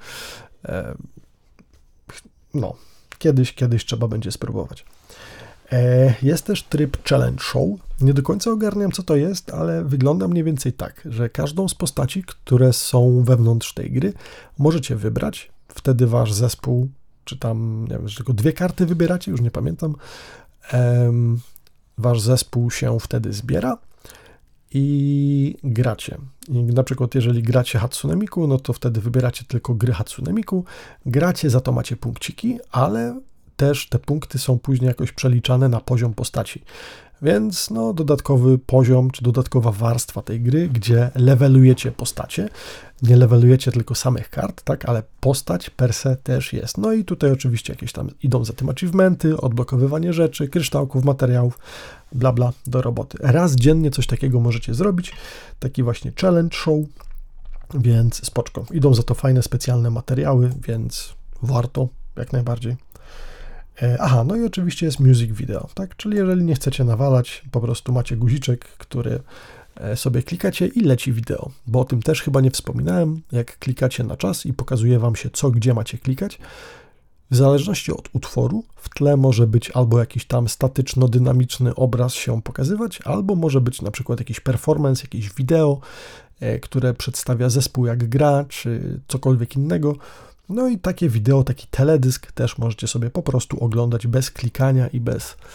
No, kiedyś, kiedyś trzeba będzie spróbować. Jest też tryb Challenge Show. Nie do końca ogarniam, co to jest, ale wygląda mniej więcej tak, że każdą z postaci, które są wewnątrz tej gry, możecie wybrać. Wtedy wasz zespół, czy tam, nie wiem, że tylko dwie karty wybieracie, już nie pamiętam. Wasz zespół się wtedy zbiera i gracie. I na przykład jeżeli gracie Hatsune Miku, no to wtedy wybieracie tylko gry Hatsune Miku, gracie, za to macie punkciki, ale też te punkty są później jakoś przeliczane na poziom postaci. Więc no, dodatkowy poziom, czy dodatkowa warstwa tej gry, gdzie levelujecie postacie. Nie levelujecie tylko samych kart, tak, ale postać per se też jest. No i tutaj oczywiście jakieś tam idą za tym achievementy, odblokowywanie rzeczy, kryształków, materiałów, bla bla, do roboty. Raz dziennie coś takiego możecie zrobić, taki właśnie challenge show, więc spoczko. Idą za to fajne, specjalne materiały, więc warto, jak najbardziej. Aha, no i oczywiście jest music video, tak, czyli jeżeli nie chcecie nawalać, po prostu macie guziczek, który sobie klikacie i leci wideo, bo o tym też chyba nie wspominałem, jak klikacie na czas i pokazuje wam się, co gdzie macie klikać. W zależności od utworu w tle może być albo jakiś tam statyczno-dynamiczny obraz się pokazywać, albo może być na przykład jakiś performance, jakieś wideo, które przedstawia zespół jak gra, czy cokolwiek innego. No i takie wideo, taki teledysk też możecie sobie po prostu oglądać bez klikania i bez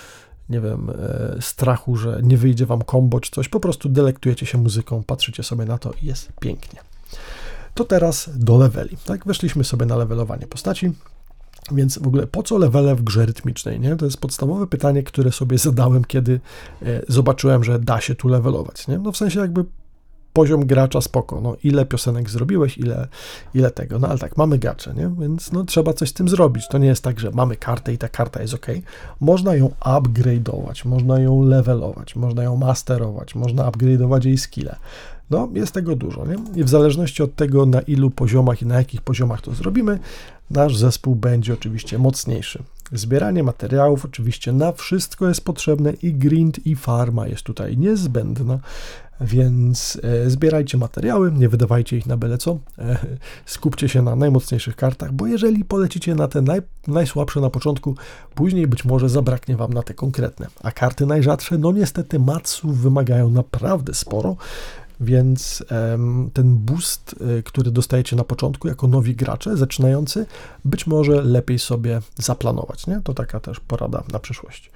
nie wiem, strachu, że nie wyjdzie wam kombo czy coś, po prostu delektujecie się muzyką, patrzycie sobie na to i jest pięknie. To teraz do leveli, tak? Weszliśmy sobie na levelowanie postaci, więc w ogóle po co levele w grze rytmicznej, nie? To jest podstawowe pytanie, które sobie zadałem, kiedy zobaczyłem, że da się tu levelować, nie? No w sensie jakby poziom gracza spoko, no ile piosenek zrobiłeś, ile, ile tego, no ale tak, mamy gacze, nie? Więc no trzeba coś z tym zrobić, to nie jest tak, że mamy kartę i ta karta jest ok, można ją upgrade'ować, można ją levelować, można ją masterować, można upgrade'ować jej skille, no jest tego dużo, nie? I w zależności od tego, na ilu poziomach i na jakich poziomach to zrobimy, nasz zespół będzie oczywiście mocniejszy. Zbieranie materiałów oczywiście na wszystko jest potrzebne i grind i farma jest tutaj niezbędna, więc e, zbierajcie materiały, nie wydawajcie ich na byle co, e, skupcie się na najmocniejszych kartach, bo jeżeli polecicie na te naj, najsłabsze na początku, później być może zabraknie wam na te konkretne, a karty najrzadsze, no niestety matsów wymagają naprawdę sporo, więc um, ten boost, y, który dostajecie na początku jako nowi gracze zaczynający, być może lepiej sobie zaplanować, nie? To taka też porada na przyszłość.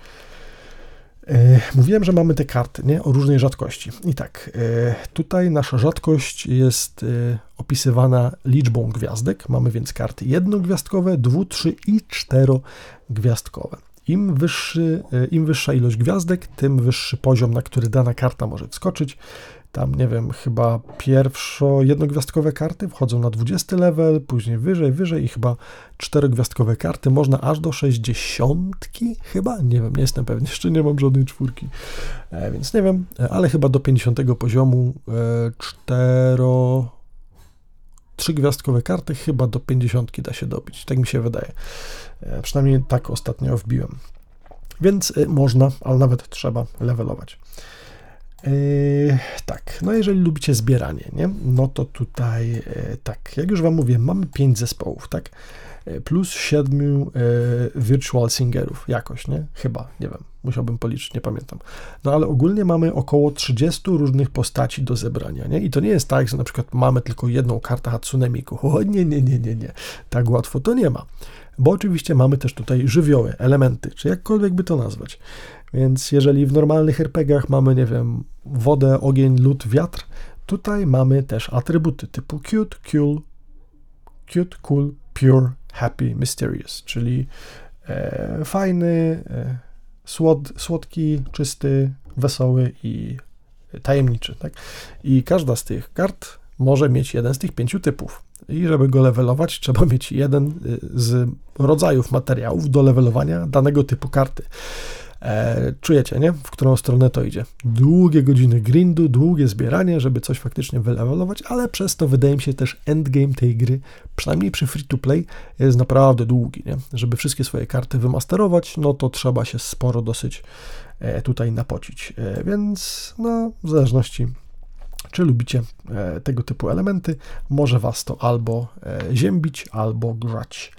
Y, mówiłem, że mamy te karty, nie? O różnej rzadkości. I tak, y, tutaj nasza rzadkość jest y, opisywana liczbą gwiazdek. Mamy więc karty jednogwiazdkowe, dwu, trzy i czterogwiazdkowe. Im, wyższy, y, im wyższa ilość gwiazdek, tym wyższy poziom, na który dana karta może wskoczyć. Tam, nie wiem, chyba pierwszo jednogwiazdkowe karty wchodzą na dwudziesty level, później wyżej, wyżej i chyba czterogwiazdkowe karty można aż do sześćdziesiątki chyba, nie wiem, nie jestem pewien, jeszcze nie mam żadnej czwórki, e, więc nie wiem, ale chyba do pięćdziesiątego poziomu e, cztero, trzygwiazdkowe karty chyba do pięćdziesiątki da się dobić, tak mi się wydaje, e, przynajmniej tak ostatnio wbiłem, więc e, można, ale nawet trzeba levelować. Yy, tak, no jeżeli lubicie zbieranie, nie? No to tutaj yy, tak, jak już wam mówię, mamy pięć zespołów, tak? Yy, plus siedmiu yy, virtual singerów, jakoś, nie? Chyba, nie wiem, musiałbym policzyć, nie pamiętam. No ale ogólnie mamy około trzydziestu różnych postaci do zebrania, nie? I to nie jest tak, że na przykład mamy tylko jedną kartę Hatsune Miku. O nie, nie, nie, nie, nie, tak łatwo to nie ma. Bo oczywiście mamy też tutaj żywioły, elementy, czy jakkolwiek by to nazwać. Więc jeżeli w normalnych er pe gie ach mamy, nie wiem, wodę, ogień, lód, wiatr, tutaj mamy też atrybuty typu cute, cool, cute, cool, pure, happy, mysterious, czyli e, fajny, e, słod, słodki, czysty, wesoły i tajemniczy, tak? I każda z tych kart może mieć jeden z tych pięciu typów. I żeby go levelować, trzeba mieć jeden z rodzajów materiałów do levelowania danego typu karty. E, czujecie, nie? W którą stronę to idzie. Długie godziny grindu, długie zbieranie, żeby coś faktycznie wylevelować, ale przez to wydaje mi się też endgame tej gry, przynajmniej przy free to play, jest naprawdę długi, nie? Żeby wszystkie swoje karty wymasterować, no to trzeba się sporo dosyć e, tutaj napocić. E, więc no, w zależności czy lubicie e, tego typu elementy, może was to albo e, ziębić, albo grać.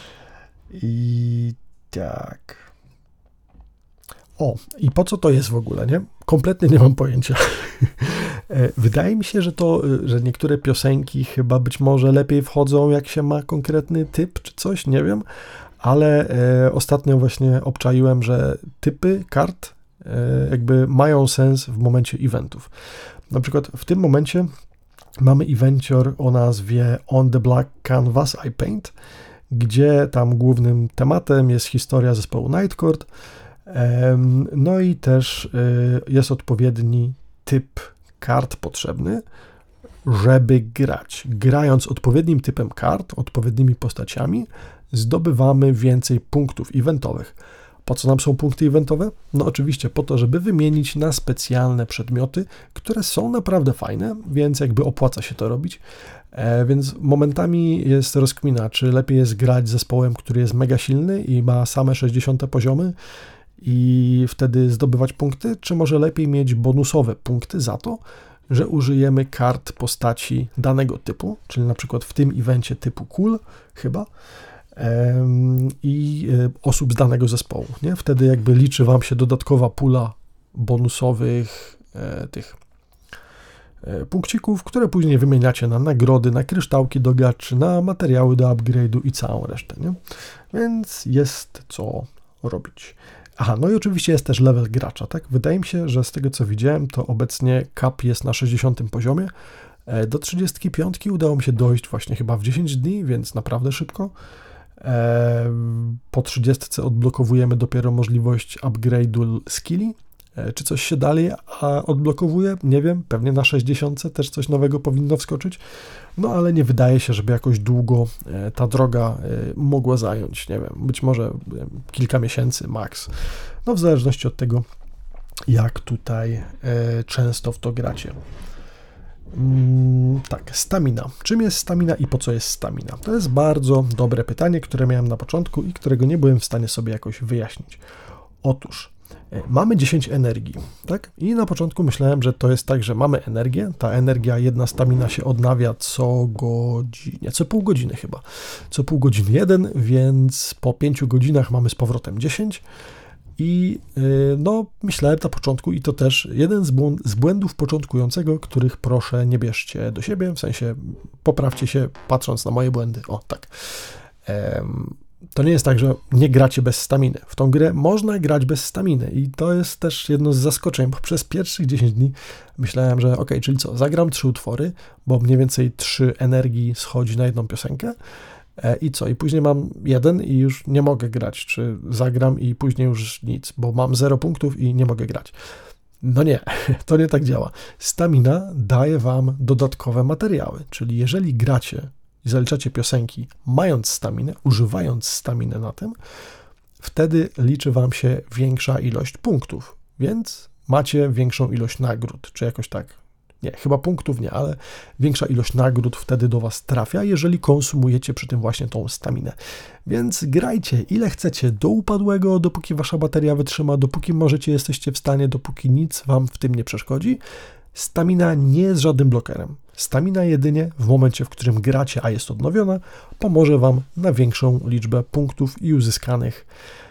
I tak. O, i po co to jest w ogóle, nie? Kompletnie nie mam pojęcia. Wydaje mi się, że to, że niektóre piosenki chyba być może lepiej wchodzą, jak się ma konkretny typ czy coś, nie wiem, ale e, ostatnio właśnie obczaiłem, że typy kart e, jakby mają sens w momencie eventów. Na przykład w tym momencie mamy evencior o nazwie On the Black Canvas I Paint, gdzie tam głównym tematem jest historia zespołu Night Court. No i też jest odpowiedni typ kart potrzebny, żeby grać. Grając odpowiednim typem kart, odpowiednimi postaciami, zdobywamy więcej punktów eventowych. Po co nam są punkty eventowe? No oczywiście po to, żeby wymienić na specjalne przedmioty, które są naprawdę fajne, więc jakby opłaca się to robić. E, więc momentami jest rozkmina, czy lepiej jest grać z zespołem, który jest mega silny i ma same sześćdziesiąte poziomy i wtedy zdobywać punkty, czy może lepiej mieć bonusowe punkty za to, że użyjemy kart postaci danego typu, czyli na przykład w tym evencie typu cool chyba, i osób z danego zespołu, nie? Wtedy jakby liczy wam się dodatkowa pula bonusowych e, tych e, punkcików, które później wymieniacie na nagrody, na kryształki do gaczy, na materiały do upgrade'u i całą resztę, nie? Więc jest co robić. Aha, no i oczywiście jest też level gracza, tak? Wydaje mi się, że z tego co widziałem, to obecnie cap jest na sześćdziesiątym poziomie. Do trzydziestki piątki udało mi się dojść właśnie chyba w dziesięć dni, więc naprawdę szybko. Po trzydziestce odblokowujemy dopiero możliwość upgrade'u skilli. Czy coś się dalej odblokowuje? Nie wiem, pewnie na sześćdziesiątce też coś nowego powinno wskoczyć, no ale nie wydaje się, żeby jakoś długo ta droga mogła zająć, nie wiem, być może kilka miesięcy max, no w zależności od tego, jak tutaj często w to gracie. Mm, tak, stamina. Czym jest stamina i po co jest stamina? To jest bardzo dobre pytanie, które miałem na początku i którego nie byłem w stanie sobie jakoś wyjaśnić. Otóż mamy dziesięć energii, tak? I na początku myślałem, że to jest tak, że mamy energię, ta energia, jedna stamina się odnawia co godzinie, co pół godziny chyba, co pół godziny jeden, więc po pięciu godzinach mamy z powrotem dziesięć i yy, no myślałem na początku i to też jeden z, błąd, z błędów początkującego, których proszę nie bierzcie do siebie, w sensie poprawcie się patrząc na moje błędy, o tak. Ehm, To nie jest tak, że nie gracie bez staminy. W tą grę można grać bez staminy i to jest też jedno z zaskoczeń, bo przez pierwszych dziesięć dni myślałem, że ok, czyli co, zagram trzy utwory, bo mniej więcej trzy energii schodzi na jedną piosenkę e, i co, i później mam jeden i już nie mogę grać, czy zagram i później już nic, bo mam zero punktów i nie mogę grać. No nie, to nie tak działa. Stamina daje wam dodatkowe materiały, czyli jeżeli gracie i zaliczacie piosenki mając staminę, używając staminy na tym, wtedy liczy wam się większa ilość punktów, więc macie większą ilość nagród, czy jakoś tak, nie, chyba punktów nie, ale większa ilość nagród wtedy do was trafia, jeżeli konsumujecie przy tym właśnie tą staminę. Więc grajcie ile chcecie do upadłego, dopóki wasza bateria wytrzyma, dopóki możecie, jesteście w stanie, dopóki nic wam w tym nie przeszkodzi. Stamina nie jest żadnym blokerem. Stamina jedynie w momencie, w którym gracie, a jest odnowiona, pomoże wam na większą liczbę punktów i uzyskanych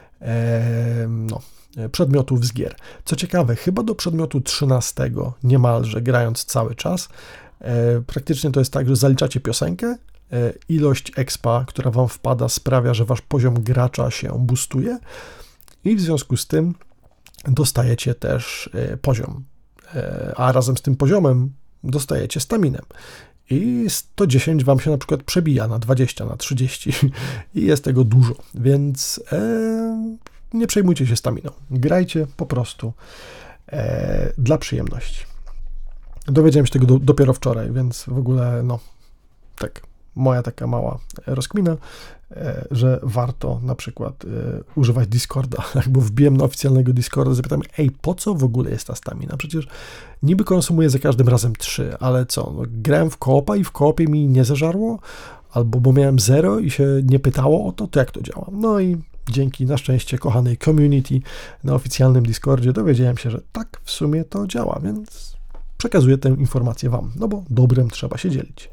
e, no, przedmiotów z gier. Co ciekawe, chyba do przedmiotu trzynastego niemalże grając cały czas, e, praktycznie to jest tak, że zaliczacie piosenkę, e, ilość expa, która wam wpada, sprawia, że wasz poziom gracza się boostuje i w związku z tym dostajecie też e, poziom. A razem z tym poziomem dostajecie staminę. I sto dziesięć wam się na przykład przebija na dwadzieścia, na trzydzieści i jest tego dużo, więc e, nie przejmujcie się staminą. Grajcie po prostu e, dla przyjemności. Dowiedziałem się tego do, dopiero wczoraj, więc w ogóle no tak, moja taka mała rozkmina, że warto na przykład używać Discorda, bo wbiłem na oficjalnego Discorda, zapytam, ej, po co w ogóle jest ta stamina? Przecież niby konsumuję za każdym razem trzy, ale co, no, grałem w koopa i w koopie mi nie zażarło, albo bo miałem zero i się nie pytało o to, to jak to działa? No i dzięki na szczęście kochanej community na oficjalnym Discordzie dowiedziałem się, że tak w sumie to działa, więc przekazuję tę informację wam, no bo dobrem trzeba się dzielić.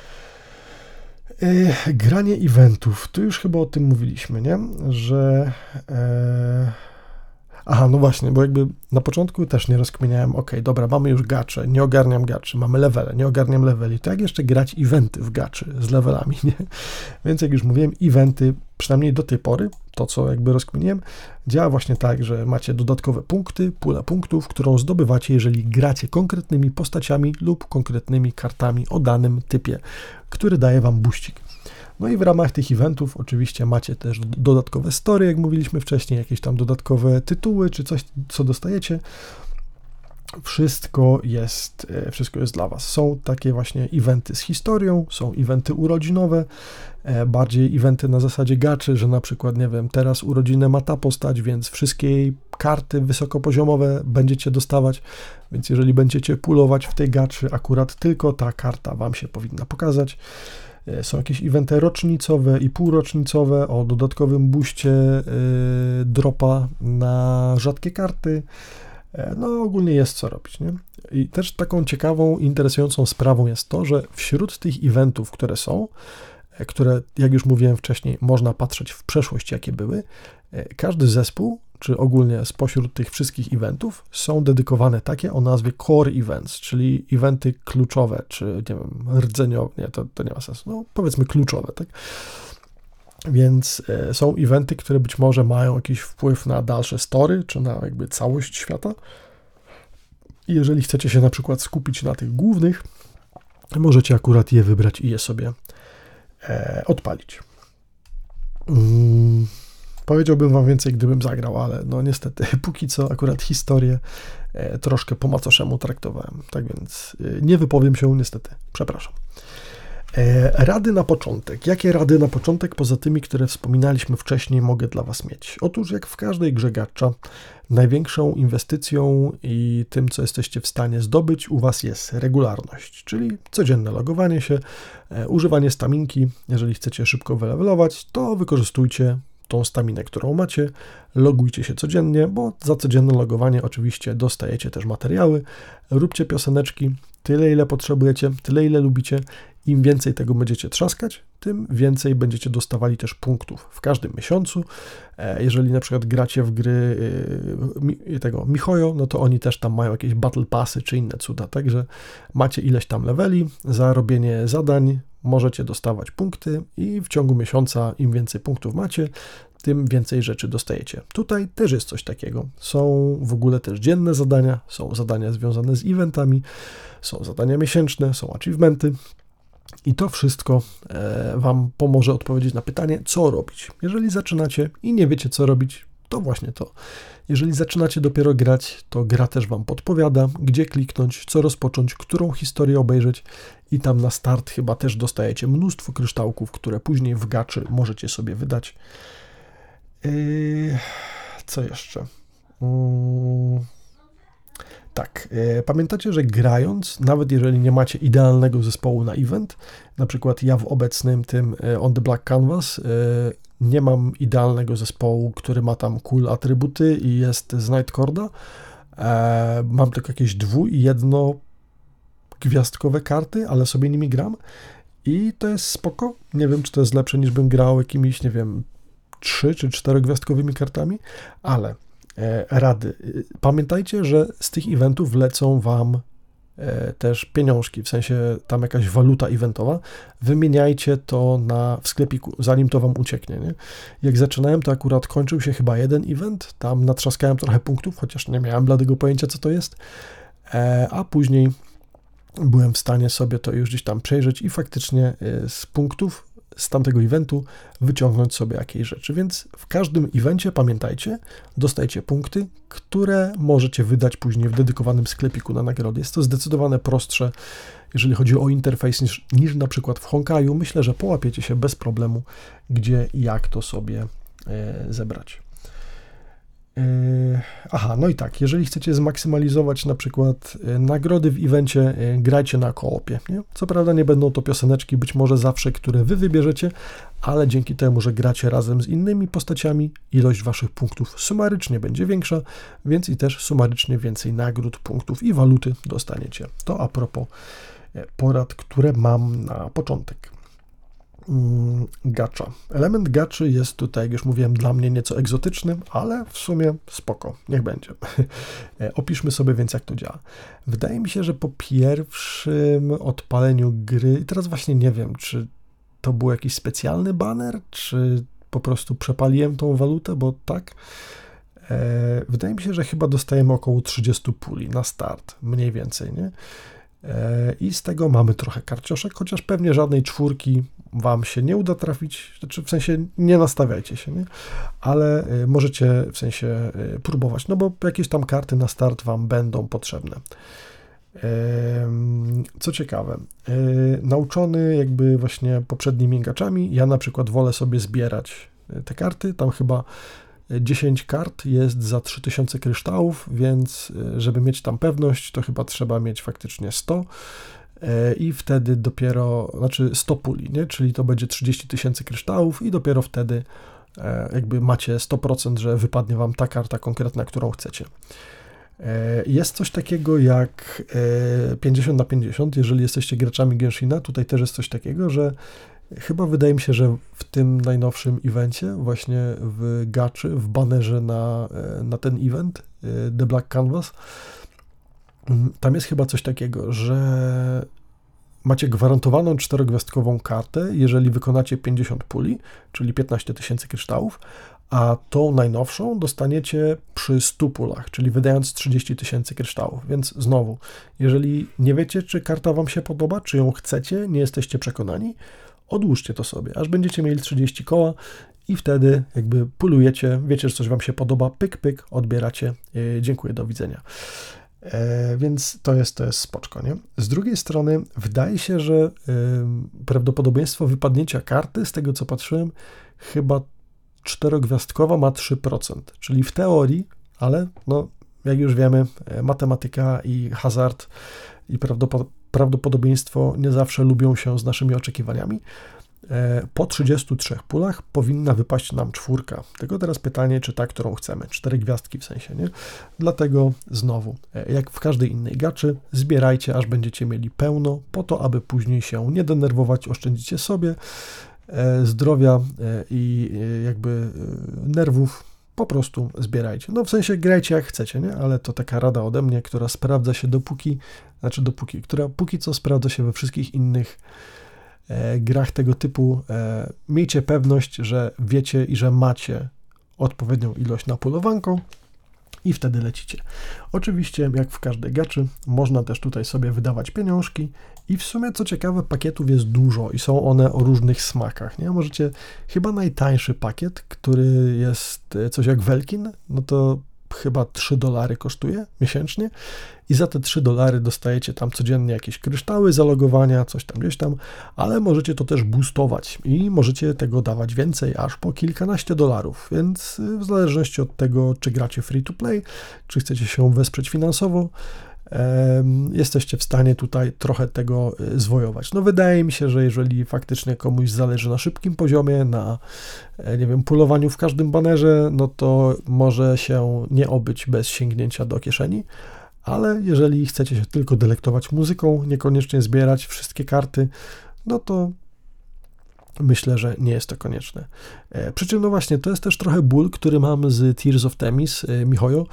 Yy, granie eventów, tu już chyba o tym mówiliśmy, nie? Że... Yy... Aha, no właśnie, bo jakby na początku też nie rozkminiałem, ok, dobra, mamy już gacze, nie ogarniam gaczy, mamy levele, nie ogarniam leveli, to jak jeszcze grać eventy w gaczy z levelami, nie? Więc jak już mówiłem, eventy, przynajmniej do tej pory, to co jakby rozkminiłem, działa właśnie tak, że macie dodatkowe punkty, pulę punktów, którą zdobywacie, jeżeli gracie konkretnymi postaciami lub konkretnymi kartami o danym typie, który daje wam buścik. No i w ramach tych eventów oczywiście macie też dodatkowe story, jak mówiliśmy wcześniej, jakieś tam dodatkowe tytuły, czy coś, co dostajecie. Wszystko jest, wszystko jest dla was. Są takie właśnie eventy z historią, są eventy urodzinowe, bardziej eventy na zasadzie gaczy, że na przykład, nie wiem, teraz urodzinę ma ta postać, więc wszystkie jej karty wysokopoziomowe będziecie dostawać, więc jeżeli będziecie pulować w tej gaczy, akurat tylko ta karta wam się powinna pokazać. Są jakieś eventy rocznicowe i półrocznicowe o dodatkowym booście yy, dropa na rzadkie karty. No ogólnie jest co robić, nie? I też taką ciekawą, interesującą sprawą jest to, że wśród tych eventów, które są, które, jak już mówiłem wcześniej, można patrzeć w przeszłość, jakie były, każdy zespół, czy ogólnie spośród tych wszystkich eventów są dedykowane takie o nazwie core events, czyli eventy kluczowe, czy nie wiem, rdzeniowe, nie, to, to nie ma sensu, no powiedzmy kluczowe, tak? Więc są eventy, które być może mają jakiś wpływ na dalsze story, czy na jakby całość świata. I jeżeli chcecie się na przykład skupić na tych głównych, możecie akurat je wybrać i je sobie e, odpalić. Hmm, powiedziałbym wam więcej, gdybym zagrał, ale no niestety, póki co akurat historię e, troszkę po macoszemu traktowałem. Tak więc e, nie wypowiem się niestety, przepraszam. Rady na początek. Jakie rady na początek, poza tymi, które wspominaliśmy wcześniej, mogę dla Was mieć? Otóż, jak w każdej grze gacha, największą inwestycją i tym, co jesteście w stanie zdobyć u Was jest regularność, czyli codzienne logowanie się, używanie staminki. Jeżeli chcecie szybko wylevelować, to wykorzystujcie tą staminę, którą macie, logujcie się codziennie, bo za codzienne logowanie oczywiście dostajecie też materiały, róbcie pioseneczki, tyle ile potrzebujecie, tyle ile lubicie. Im więcej tego będziecie trzaskać, tym więcej będziecie dostawali też punktów w każdym miesiącu. Jeżeli na przykład gracie w gry tego MiHoYo, no to oni też tam mają jakieś battle passy czy inne cuda, także macie ileś tam leveli, za robienie zadań możecie dostawać punkty i w ciągu miesiąca im więcej punktów macie, tym więcej rzeczy dostajecie. Tutaj też jest coś takiego. Są w ogóle też dzienne zadania, są zadania związane z eventami, są zadania miesięczne, są achievementy. I to wszystko Wam pomoże odpowiedzieć na pytanie, co robić. Jeżeli zaczynacie i nie wiecie, co robić, to właśnie to. Jeżeli zaczynacie dopiero grać, to gra też Wam podpowiada, gdzie kliknąć, co rozpocząć, którą historię obejrzeć i tam na start chyba też dostajecie mnóstwo kryształków, które później w gaczy możecie sobie wydać. Yy, co jeszcze? Yy... Tak, pamiętacie, że grając, nawet jeżeli nie macie idealnego zespołu na event, na przykład ja w obecnym tym On the Black Canvas nie mam idealnego zespołu, który ma tam cool atrybuty i jest z Nightcorda, mam tylko jakieś dwu- i jednogwiazdkowe karty, ale sobie nimi gram i to jest spoko, nie wiem, czy to jest lepsze niż bym grał jakimiś, nie wiem, trzy- czy czterogwiazdkowymi kartami, ale rady. Pamiętajcie, że z tych eventów lecą Wam też pieniążki, w sensie tam jakaś waluta eventowa. Wymieniajcie to na, w sklepiku, zanim to Wam ucieknie. Nie? Jak zaczynałem, to akurat kończył się chyba jeden event, tam natrzaskałem trochę punktów, chociaż nie miałem bladego pojęcia, co to jest, a później byłem w stanie sobie to już gdzieś tam przejrzeć i faktycznie z punktów z tamtego eventu wyciągnąć sobie jakieś rzeczy, więc w każdym evencie pamiętajcie, dostajecie punkty, które możecie wydać później w dedykowanym sklepiku na nagrody. Jest to zdecydowanie prostsze, jeżeli chodzi o interfejs, niż, niż na przykład w Honkaju. Myślę, że połapiecie się bez problemu, gdzie i jak to sobie e, zebrać. Aha, no i tak, jeżeli chcecie zmaksymalizować na przykład nagrody w evencie, grajcie na koopie, nie? Co prawda nie będą to pioseneczki być może zawsze, które wy wybierzecie, ale dzięki temu, że gracie razem z innymi postaciami, ilość waszych punktów sumarycznie będzie większa, więc i też sumarycznie więcej nagród, punktów i waluty dostaniecie. To a propos porad, które mam na początek. Gacha. Element gaczy jest tutaj, jak już mówiłem, dla mnie nieco egzotyczny, ale w sumie spoko, niech będzie. Opiszmy sobie więc, jak to działa. Wydaje mi się, że po pierwszym odpaleniu gry, i teraz właśnie nie wiem, czy to był jakiś specjalny baner, czy po prostu przepaliłem tą walutę, bo tak. Wydaje mi się, że chyba dostajemy około trzydzieści puli na start, mniej więcej, nie? I z tego mamy trochę karcioszek, chociaż pewnie żadnej czwórki Wam się nie uda trafić, znaczy w sensie nie nastawiajcie się, nie? Ale możecie w sensie próbować, no bo jakieś tam karty na start Wam będą potrzebne. Co ciekawe, nauczony jakby właśnie poprzednimi gaczami, ja na przykład wolę sobie zbierać te karty, tam chyba dziesięć kart jest za trzy tysiące kryształów, więc żeby mieć tam pewność, to chyba trzeba mieć faktycznie sto i wtedy dopiero, znaczy sto puli, nie? Czyli to będzie trzydzieści tysięcy kryształów i dopiero wtedy jakby macie sto procent, że wypadnie Wam ta karta konkretna, którą chcecie. Jest coś takiego jak pięćdziesiąt na pięćdziesiąt, jeżeli jesteście graczami Genshina, tutaj też jest coś takiego, że chyba wydaje mi się, że w tym najnowszym evencie, właśnie w gaczy, w banerze na, na ten event, The Black Canvas, tam jest chyba coś takiego, że macie gwarantowaną czterogwiazdkową kartę, jeżeli wykonacie pięćdziesiąt puli, czyli piętnaście tysięcy kryształów, a tą najnowszą dostaniecie przy stu pulach, czyli wydając trzydzieści tysięcy kryształów. Więc znowu, jeżeli nie wiecie, czy karta Wam się podoba, czy ją chcecie, nie jesteście przekonani, odłóżcie to sobie, aż będziecie mieli trzydzieści koła i wtedy jakby pulujecie, wiecie, że coś Wam się podoba, pyk, pyk, odbieracie, yy, dziękuję, do widzenia. E, więc to jest, to jest spoczko, nie? Z drugiej strony wydaje się, że y, prawdopodobieństwo wypadnięcia karty, z tego co patrzyłem, chyba czterogwiazdkowa ma trzy procent, czyli w teorii, ale no, jak już wiemy, matematyka i hazard i prawdopod- prawdopodobieństwo nie zawsze lubią się z naszymi oczekiwaniami. Po trzydziestu trzech pulach powinna wypaść nam czwórka. Tylko teraz pytanie, czy ta, którą chcemy. Cztery gwiazdki w sensie, nie? Dlatego znowu, jak w każdej innej gaczy, zbierajcie, aż będziecie mieli pełno, po to, aby później się nie denerwować, oszczędzicie sobie zdrowia i jakby nerwów, po prostu zbierajcie. No w sensie grajcie jak chcecie, nie? Ale to taka rada ode mnie, która sprawdza się dopóki, znaczy dopóki, która póki co sprawdza się we wszystkich innych grach tego typu. Miejcie pewność, że wiecie i że macie odpowiednią ilość na pulowanką i wtedy lecicie. Oczywiście, jak w każdej gaczy, można też tutaj sobie wydawać pieniążki i w sumie, co ciekawe, pakietów jest dużo i są one o różnych smakach, nie? Możecie, chyba najtańszy pakiet, który jest coś jak Welkin, no to chyba trzy dolary kosztuje miesięcznie i za te trzy dolary dostajecie tam codziennie jakieś kryształy, zalogowania, coś tam gdzieś tam, ale możecie to też boostować i możecie tego dawać więcej, aż po kilkanaście dolarów, więc w zależności od tego, czy gracie free to play, czy chcecie się wesprzeć finansowo, jesteście w stanie tutaj trochę tego zwojować. No wydaje mi się, że jeżeli faktycznie komuś zależy na szybkim poziomie, na, nie wiem, pulowaniu w każdym banerze, no to może się nie obyć bez sięgnięcia do kieszeni, ale jeżeli chcecie się tylko delektować muzyką, niekoniecznie zbierać wszystkie karty, no to myślę, że nie jest to konieczne. Przy czym no właśnie, to jest też trochę ból, który mam z Tears of Themis, Mihoyo.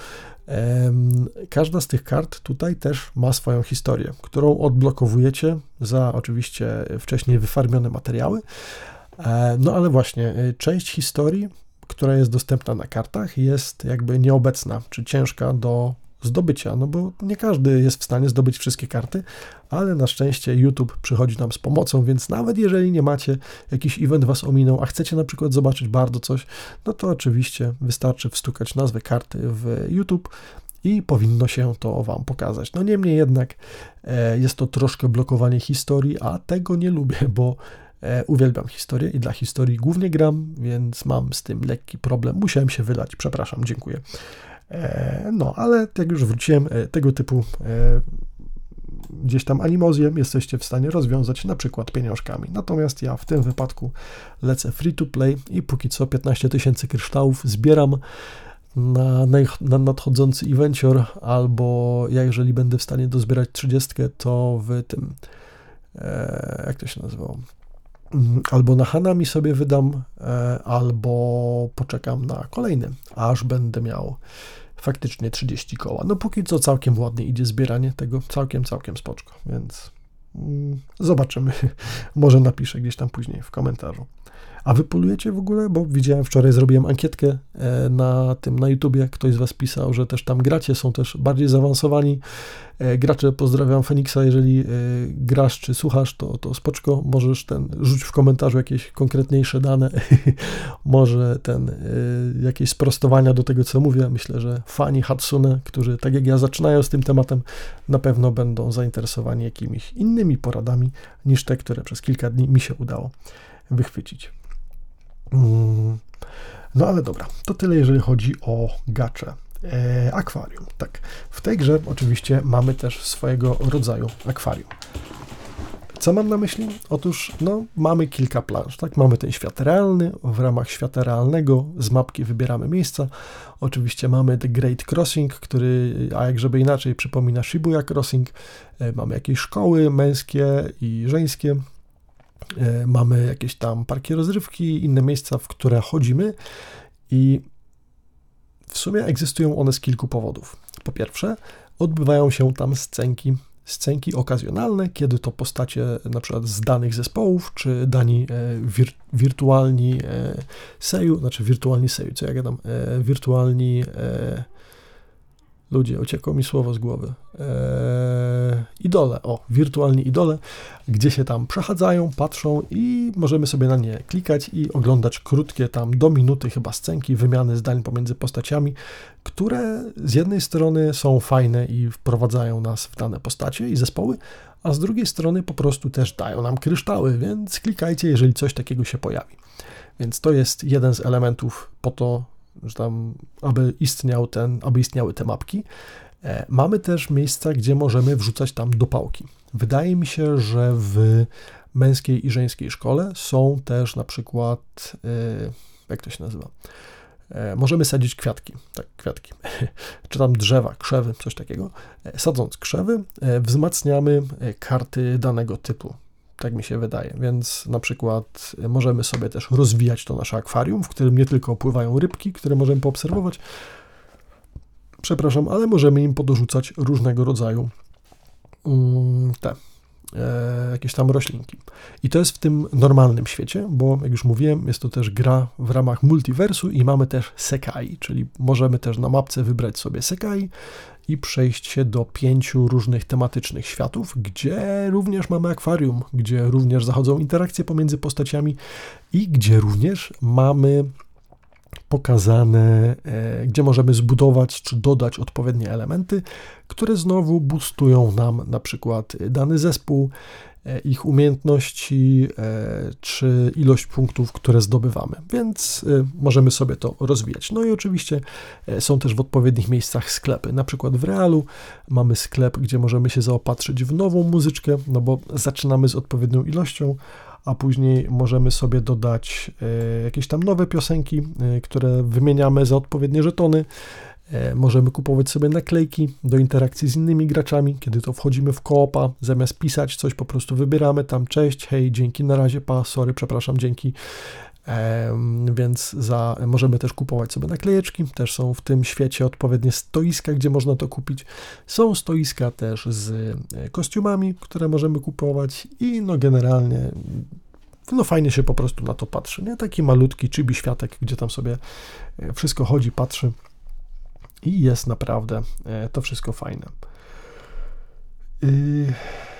Każda z tych kart tutaj też ma swoją historię, którą odblokowujecie za oczywiście wcześniej wyfarmione materiały. No ale właśnie, część historii, która jest dostępna na kartach, jest jakby nieobecna, czy ciężka do zdobycia, no bo nie każdy jest w stanie zdobyć wszystkie karty, ale na szczęście YouTube przychodzi nam z pomocą, więc nawet jeżeli nie macie, jakiś event was ominął, a chcecie na przykład zobaczyć bardzo coś, no to oczywiście wystarczy wstukać nazwę karty w YouTube i powinno się to wam pokazać. No niemniej jednak e, jest to troszkę blokowanie historii, a tego nie lubię, bo e, uwielbiam historię i dla historii głównie gram, więc mam z tym lekki problem. Musiałem się wylać, przepraszam, dziękuję. No, ale jak już wróciłem, tego typu gdzieś tam animozję jesteście w stanie rozwiązać na przykład pieniążkami. Natomiast ja w tym wypadku lecę free to play i póki co piętnaście tysięcy kryształów zbieram na, na nadchodzący evencior, albo ja jeżeli będę w stanie dozbierać trzydziestkę, to w tym, jak to się nazywało, albo na Hanami sobie wydam, albo poczekam na kolejny, aż będę miał faktycznie trzydzieści koła. No póki co całkiem ładnie idzie zbieranie tego, całkiem, całkiem spoczko, więc mm, zobaczymy. Może napiszę gdzieś tam później w komentarzu. A wy polujecie w ogóle? Bo widziałem wczoraj, zrobiłem ankietkę na tym, na YouTubie, ktoś z was pisał, że też tam gracie, są też bardziej zaawansowani gracze. Pozdrawiam Feniksa, jeżeli grasz czy słuchasz, to, to spoczko, możesz ten, rzuć w komentarzu jakieś konkretniejsze dane, może ten, jakieś sprostowania do tego, co mówię. Myślę, że fani Hatsune, którzy tak jak ja zaczynają z tym tematem, na pewno będą zainteresowani jakimiś innymi poradami niż te, które przez kilka dni mi się udało wychwycić. No ale dobra, to tyle, jeżeli chodzi o gacze. E, akwarium, tak. W tej grze oczywiście mamy też swojego rodzaju akwarium. Co mam na myśli? Otóż, no, mamy kilka planż, tak? Mamy ten świat realny, w ramach świata realnego z mapki wybieramy miejsca. Oczywiście mamy The Great Crossing, który, a jak żeby inaczej, przypomina Shibuya Crossing. E, mamy jakieś szkoły męskie i żeńskie. Mamy jakieś tam parki rozrywki, inne miejsca, w które chodzimy i w sumie egzystują one z kilku powodów. Po pierwsze, odbywają się tam scenki scenki okazjonalne, kiedy to postacie na przykład z danych zespołów, czy dani wir, wirtualni seju, znaczy wirtualni seju, co ja gadam, wirtualni ludzie, uciekło mi słowo z głowy, eee, idole, o, wirtualni idole, gdzie się tam przechadzają, patrzą i możemy sobie na nie klikać i oglądać krótkie tam do minuty chyba scenki, wymiany zdań pomiędzy postaciami, które z jednej strony są fajne i wprowadzają nas w dane postacie i zespoły, a z drugiej strony po prostu też dają nam kryształy, więc klikajcie, jeżeli coś takiego się pojawi. Więc to jest jeden z elementów po to, że tam, aby istniał ten, aby istniały te mapki. E, mamy też miejsca, gdzie możemy wrzucać tam dopałki. Wydaje mi się, że w męskiej i żeńskiej szkole są też na przykład, e, jak to się nazywa, e, możemy sadzić kwiatki, tak, kwiatki, czy tam drzewa, krzewy, coś takiego. E, sadząc krzewy, e, wzmacniamy karty danego typu. Tak mi się wydaje, więc na przykład możemy sobie też rozwijać to nasze akwarium, w którym nie tylko pływają rybki, które możemy poobserwować, przepraszam, ale możemy im podorzucać różnego rodzaju um, te e, jakieś tam roślinki. I to jest w tym normalnym świecie, bo jak już mówiłem, jest to też gra w ramach multiversu i mamy też sekai, czyli możemy też na mapce wybrać sobie sekai i przejść się do pięciu różnych tematycznych światów, gdzie również mamy akwarium, gdzie również zachodzą interakcje pomiędzy postaciami i gdzie również mamy pokazane, e, gdzie możemy zbudować czy dodać odpowiednie elementy, które znowu boostują nam na przykład dany zespół, e, ich umiejętności e, czy ilość punktów, które zdobywamy, więc e, możemy sobie to rozwijać. No i oczywiście e, są też w odpowiednich miejscach sklepy, na przykład w Realu mamy sklep, gdzie możemy się zaopatrzyć w nową muzyczkę, no bo zaczynamy z odpowiednią ilością, a później możemy sobie dodać e, jakieś tam nowe piosenki, e, które wymieniamy za odpowiednie żetony. E, możemy kupować sobie naklejki do interakcji z innymi graczami, kiedy to wchodzimy w koopa, zamiast pisać coś, po prostu wybieramy tam cześć, hej, dzięki, na razie, pa, sorry, przepraszam, dzięki. E, więc za, możemy też kupować sobie naklejeczki, też są w tym świecie odpowiednie stoiska, gdzie można to kupić. Są stoiska też z kostiumami, które możemy kupować i no generalnie no fajnie się po prostu na to patrzy, nie? Taki malutki chibi światek, gdzie tam sobie wszystko chodzi, patrzy i jest naprawdę to wszystko fajne. Yy...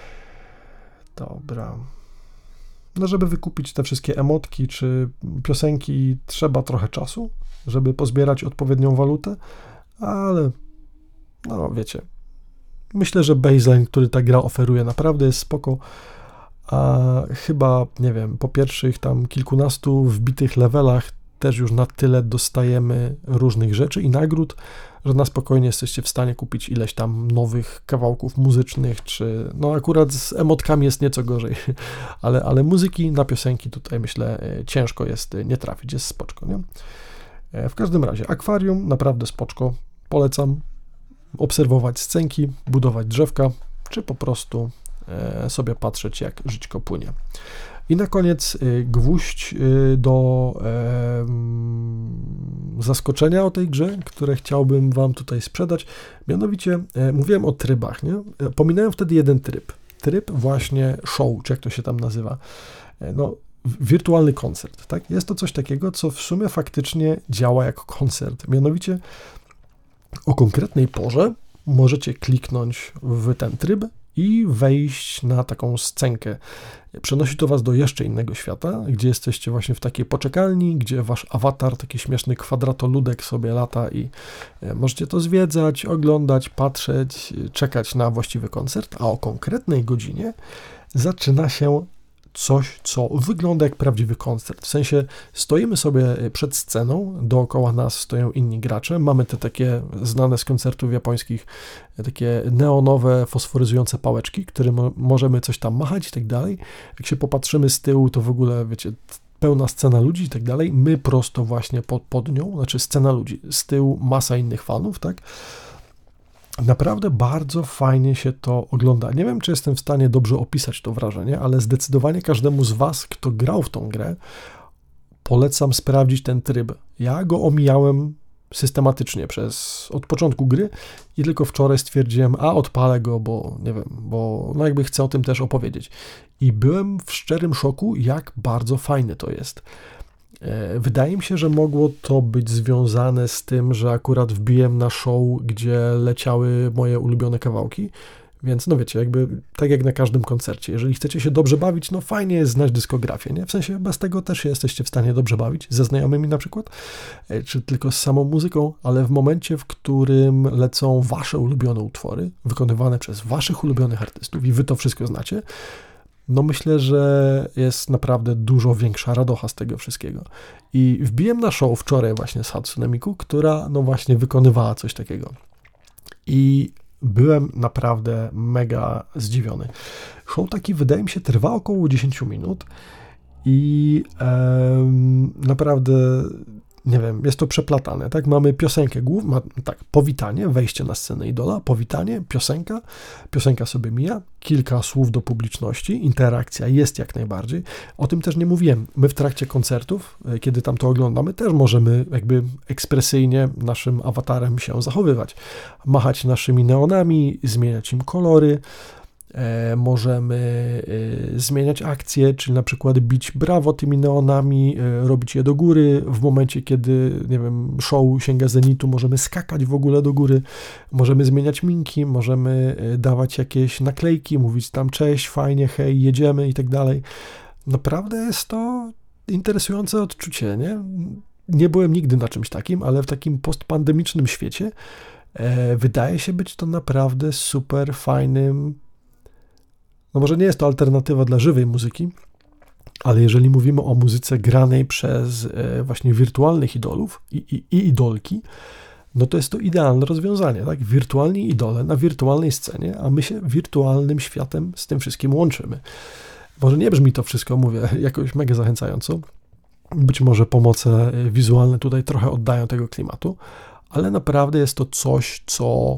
Dobra. No, żeby wykupić te wszystkie emotki czy piosenki, trzeba trochę czasu, żeby pozbierać odpowiednią walutę, ale no wiecie, myślę, że baseline, który ta gra oferuje, naprawdę jest spoko, a chyba, nie wiem, po pierwszych tam kilkunastu wbitych levelach też już na tyle dostajemy różnych rzeczy i nagród, że na spokojnie jesteście w stanie kupić ileś tam nowych kawałków muzycznych, czy no akurat z emotkami jest nieco gorzej, ale, ale muzyki na piosenki tutaj myślę ciężko jest nie trafić, jest spoczko, nie? W każdym razie akwarium naprawdę spoczko, polecam obserwować scenki, budować drzewka, czy po prostu sobie patrzeć, jak żyćko płynie. I na koniec gwóźdź do e, zaskoczenia o tej grze, które chciałbym wam tutaj sprzedać. Mianowicie e, mówiłem o trybach, nie? Pominąłem wtedy jeden tryb. Tryb właśnie show, czy jak to się tam nazywa. E, no, wirtualny koncert, tak? Jest to coś takiego, co w sumie faktycznie działa jak koncert. Mianowicie o konkretnej porze możecie kliknąć w ten tryb i wejść na taką scenkę. Przenosi to was do jeszcze innego świata, gdzie jesteście właśnie w takiej poczekalni, gdzie wasz awatar, taki śmieszny kwadratoludek sobie lata i możecie to zwiedzać, oglądać, patrzeć, czekać na właściwy koncert, a o konkretnej godzinie zaczyna się coś, co wygląda jak prawdziwy koncert. W sensie stoimy sobie przed sceną, dookoła nas stoją inni gracze, mamy te takie znane z koncertów japońskich, takie neonowe, fosforyzujące pałeczki, którym możemy coś tam machać i tak dalej. Jak się popatrzymy z tyłu, to w ogóle, wiecie, pełna scena ludzi i tak dalej. My prosto właśnie pod, pod nią, znaczy scena ludzi, z tyłu masa innych fanów, tak? Naprawdę bardzo fajnie się to ogląda. Nie wiem, czy jestem w stanie dobrze opisać to wrażenie, ale zdecydowanie każdemu z was, kto grał w tą grę, polecam sprawdzić ten tryb. Ja go omijałem systematycznie przez, od początku gry i tylko wczoraj stwierdziłem, a odpalę go, bo nie wiem, bo no jakby chcę o tym też opowiedzieć. I byłem w szczerym szoku, jak bardzo fajne to jest. Wydaje mi się, że mogło to być związane z tym, że akurat wbiłem na show, gdzie leciały moje ulubione kawałki, więc no wiecie, jakby tak jak na każdym koncercie, jeżeli chcecie się dobrze bawić, no fajnie jest znać dyskografię, nie? W sensie bez tego też się jesteście w stanie dobrze bawić, ze znajomymi na przykład, czy tylko z samą muzyką, ale w momencie, w którym lecą wasze ulubione utwory, wykonywane przez waszych ulubionych artystów i wy to wszystko znacie, no myślę, że jest naprawdę dużo większa radocha z tego wszystkiego. I wbiłem na show wczoraj właśnie z Hatsune Miku, która no właśnie wykonywała coś takiego. I byłem naprawdę mega zdziwiony. Show taki, wydaje mi się, trwa około dziesięć minut i em, naprawdę, nie wiem, jest to przeplatane, tak? Mamy piosenkę główną, tak, powitanie, wejście na scenę idola, powitanie, piosenka, piosenka sobie mija, kilka słów do publiczności, interakcja jest jak najbardziej. O tym też nie mówiłem. My w trakcie koncertów, kiedy tam to oglądamy, też możemy jakby ekspresyjnie naszym awatarem się zachowywać. Machać naszymi neonami, zmieniać im kolory, E, możemy e, zmieniać akcje, czyli na przykład bić brawo tymi neonami, e, robić je do góry. W momencie, kiedy, nie wiem, show sięga zenitu, możemy skakać w ogóle do góry, możemy zmieniać minki, możemy e, dawać jakieś naklejki, mówić tam cześć, fajnie, hej, jedziemy i tak dalej. Naprawdę jest to interesujące odczucie, nie? Nie byłem nigdy na czymś takim, ale w takim postpandemicznym świecie e, wydaje się być to naprawdę super fajnym. No może nie jest to alternatywa dla żywej muzyki, ale jeżeli mówimy o muzyce granej przez e, właśnie wirtualnych idolów i, i, i idolki, no to jest to idealne rozwiązanie, tak? Wirtualni idole na wirtualnej scenie, a my się wirtualnym światem z tym wszystkim łączymy. Może nie brzmi to wszystko, mówię, jakoś mega zachęcająco. Być może pomoce wizualne tutaj trochę oddają tego klimatu, ale naprawdę jest to coś, co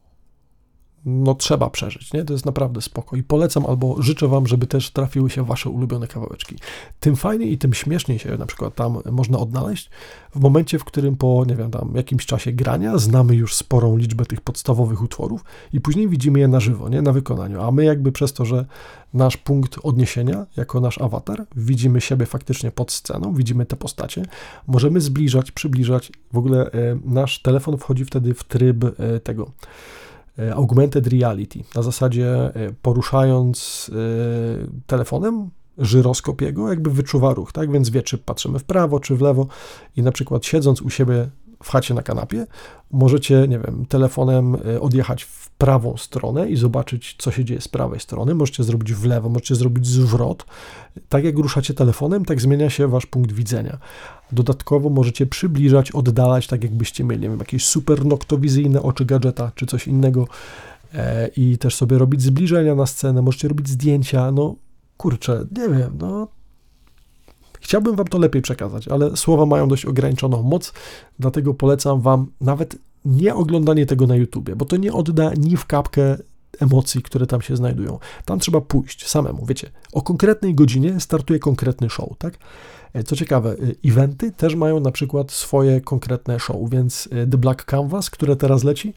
no trzeba przeżyć, nie? To jest naprawdę spoko i polecam albo życzę wam, żeby też trafiły się wasze ulubione kawałeczki. Tym fajniej i tym śmieszniej się na przykład tam można odnaleźć w momencie, w którym po, nie wiem, tam jakimś czasie grania znamy już sporą liczbę tych podstawowych utworów i później widzimy je na żywo, nie? Na wykonaniu, a my jakby przez to, że nasz punkt odniesienia jako nasz awatar, widzimy siebie faktycznie pod sceną, widzimy te postacie, możemy zbliżać, przybliżać, w ogóle e, nasz telefon wchodzi wtedy w tryb e, tego augmented reality, na zasadzie poruszając telefonem, żyroskop jego jakby wyczuwa ruch, tak, więc wie, czy patrzymy w prawo, czy w lewo i na przykład siedząc u siebie w chacie na kanapie, możecie, nie wiem, telefonem odjechać w prawą stronę i zobaczyć, co się dzieje z prawej strony, możecie zrobić w lewo, możecie zrobić zwrot, tak jak ruszacie telefonem, tak zmienia się wasz punkt widzenia. Dodatkowo możecie przybliżać, oddalać, tak jakbyście mieli, nie wiem, jakieś super noktowizyjne oczy gadżeta, czy coś innego e, i też sobie robić zbliżenia na scenę, możecie robić zdjęcia, no kurczę, nie wiem, no chciałbym wam to lepiej przekazać, ale słowa mają dość ograniczoną moc, dlatego polecam wam nawet nie oglądanie tego na YouTubie, bo to nie odda ni w kapkę emocji, które tam się znajdują. Tam trzeba pójść samemu, wiecie, o konkretnej godzinie startuje konkretny show, tak? Co ciekawe, eventy też mają na przykład swoje konkretne show, więc The Black Canvas, które teraz leci,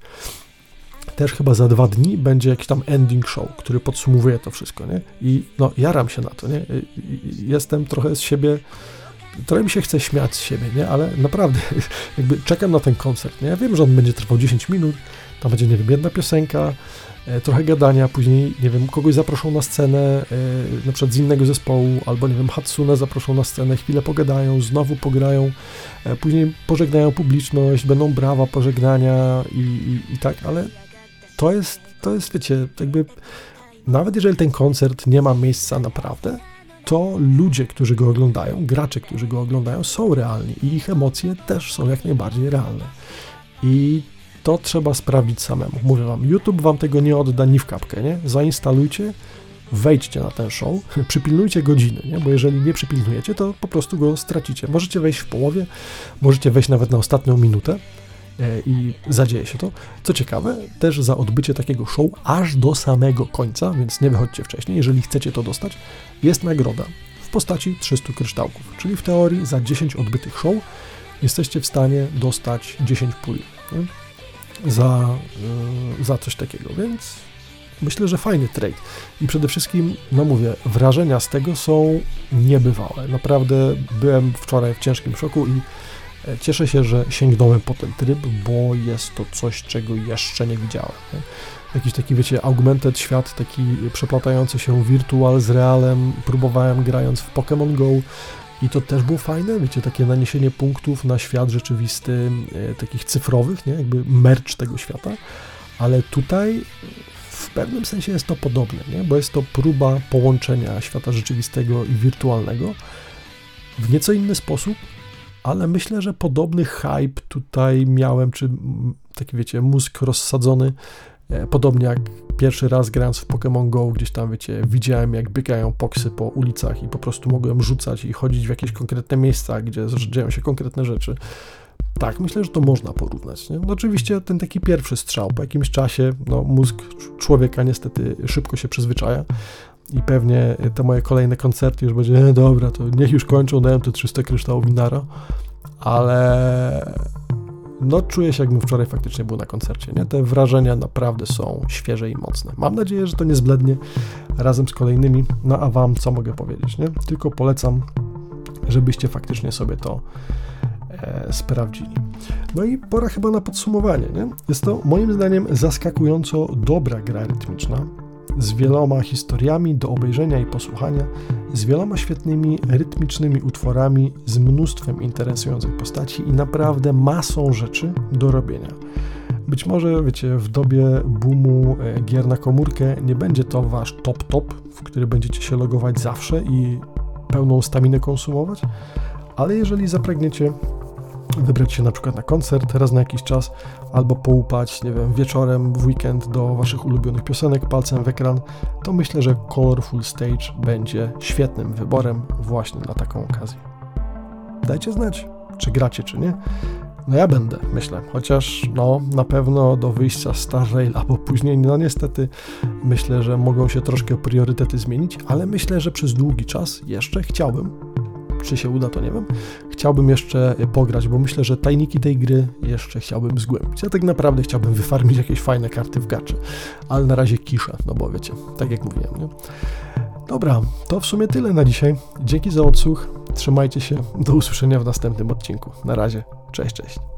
też chyba za dwa dni będzie jakiś tam ending show, który podsumowuje to wszystko, nie? I no, jaram się na to, nie? Jestem trochę z siebie, trochę mi się chce śmiać z siebie, nie? Ale naprawdę, jakby czekam na ten koncert, nie? Ja wiem, że on będzie trwał dziesięć minut, tam będzie, nie wiem, jedna piosenka, trochę gadania, później, nie wiem, kogoś zaproszą na scenę, na przykład z innego zespołu, albo, nie wiem, Hatsune zaproszą na scenę, chwilę pogadają, znowu pograją, później pożegnają publiczność, będą brawa, pożegnania i, i, i tak, ale to jest, to jest, wiecie, jakby nawet jeżeli ten koncert nie ma miejsca naprawdę, to ludzie, którzy go oglądają, gracze, którzy go oglądają, są realni i ich emocje też są jak najbardziej realne. I to trzeba sprawdzić samemu. Mówię wam, YouTube wam tego nie odda ni w kapkę, nie? Zainstalujcie, wejdźcie na ten show, przypilnujcie godziny, nie? Bo jeżeli nie przypilnujecie, to po prostu go stracicie. Możecie wejść w połowie, możecie wejść nawet na ostatnią minutę i zadzieje się to. Co ciekawe, też za odbycie takiego show aż do samego końca, więc nie wychodźcie wcześniej, jeżeli chcecie to dostać, jest nagroda w postaci trzystu kryształków, czyli w teorii za dziesięć odbytych show jesteście w stanie dostać dziesięć puli, nie? Za, yy, za coś takiego, więc myślę, że fajny trade. I przede wszystkim, no mówię, wrażenia z tego są niebywałe. Naprawdę byłem wczoraj w ciężkim szoku i cieszę się, że sięgnąłem po ten tryb, bo jest to coś, czego jeszcze nie widziałem. Nie? Jakiś taki, wiecie, augmented świat, taki przeplatający się wirtual z realem. Próbowałem grając w Pokémon Go i to też było fajne, wiecie, takie naniesienie punktów na świat rzeczywisty, e, takich cyfrowych, nie? Jakby merch tego świata, ale tutaj w pewnym sensie jest to podobne, nie? Bo jest to próba połączenia świata rzeczywistego i wirtualnego w nieco inny sposób, ale myślę, że podobny hype tutaj miałem, czy taki, wiecie, mózg rozsadzony, e, podobnie jak pierwszy raz grając w Pokémon Go, gdzieś tam, wiecie, widziałem, jak biegają poksy po ulicach i po prostu mogłem rzucać i chodzić w jakieś konkretne miejsca, gdzie dzieją się konkretne rzeczy. Tak, myślę, że to można porównać, nie? No oczywiście ten taki pierwszy strzał, po jakimś czasie, no mózg człowieka niestety szybko się przyzwyczaja i pewnie te moje kolejne koncerty już będzie, e, dobra, to niech już kończą, dałem te trzysta kryształów Inara, ale no czuję się, jakbym wczoraj faktycznie był na koncercie, nie? Te wrażenia naprawdę są świeże i mocne. Mam nadzieję, że to nie zblednie razem z kolejnymi, no a wam co mogę powiedzieć, nie? Tylko polecam, żebyście faktycznie sobie to e, sprawdzili. No i pora chyba na podsumowanie, nie? Jest to moim zdaniem zaskakująco dobra gra rytmiczna, z wieloma historiami do obejrzenia i posłuchania, z wieloma świetnymi rytmicznymi utworami, z mnóstwem interesujących postaci i naprawdę masą rzeczy do robienia. Być może, wiecie, w dobie boomu gier na komórkę nie będzie to wasz top top, w który będziecie się logować zawsze i pełną staminę konsumować, ale jeżeli zapragniecie wybrać się na przykład na koncert raz na jakiś czas, albo poupać, nie wiem, wieczorem, w weekend do waszych ulubionych piosenek palcem w ekran, to myślę, że Colorful Stage będzie świetnym wyborem właśnie na taką okazję. Dajcie znać, czy gracie, czy nie. No ja będę, myślę, chociaż no na pewno do wyjścia Star Rail albo później, no niestety myślę, że mogą się troszkę priorytety zmienić, ale myślę, że przez długi czas jeszcze chciałbym, czy się uda, to nie wiem, chciałbym jeszcze pograć, bo myślę, że tajniki tej gry jeszcze chciałbym zgłębić. Ja tak naprawdę chciałbym wyfarmić jakieś fajne karty w gaczy, ale na razie kiszę, no bo wiecie, tak jak mówiłem, nie? Dobra, to w sumie tyle na dzisiaj. Dzięki za odsłuch, trzymajcie się, do usłyszenia w następnym odcinku. Na razie, cześć, cześć.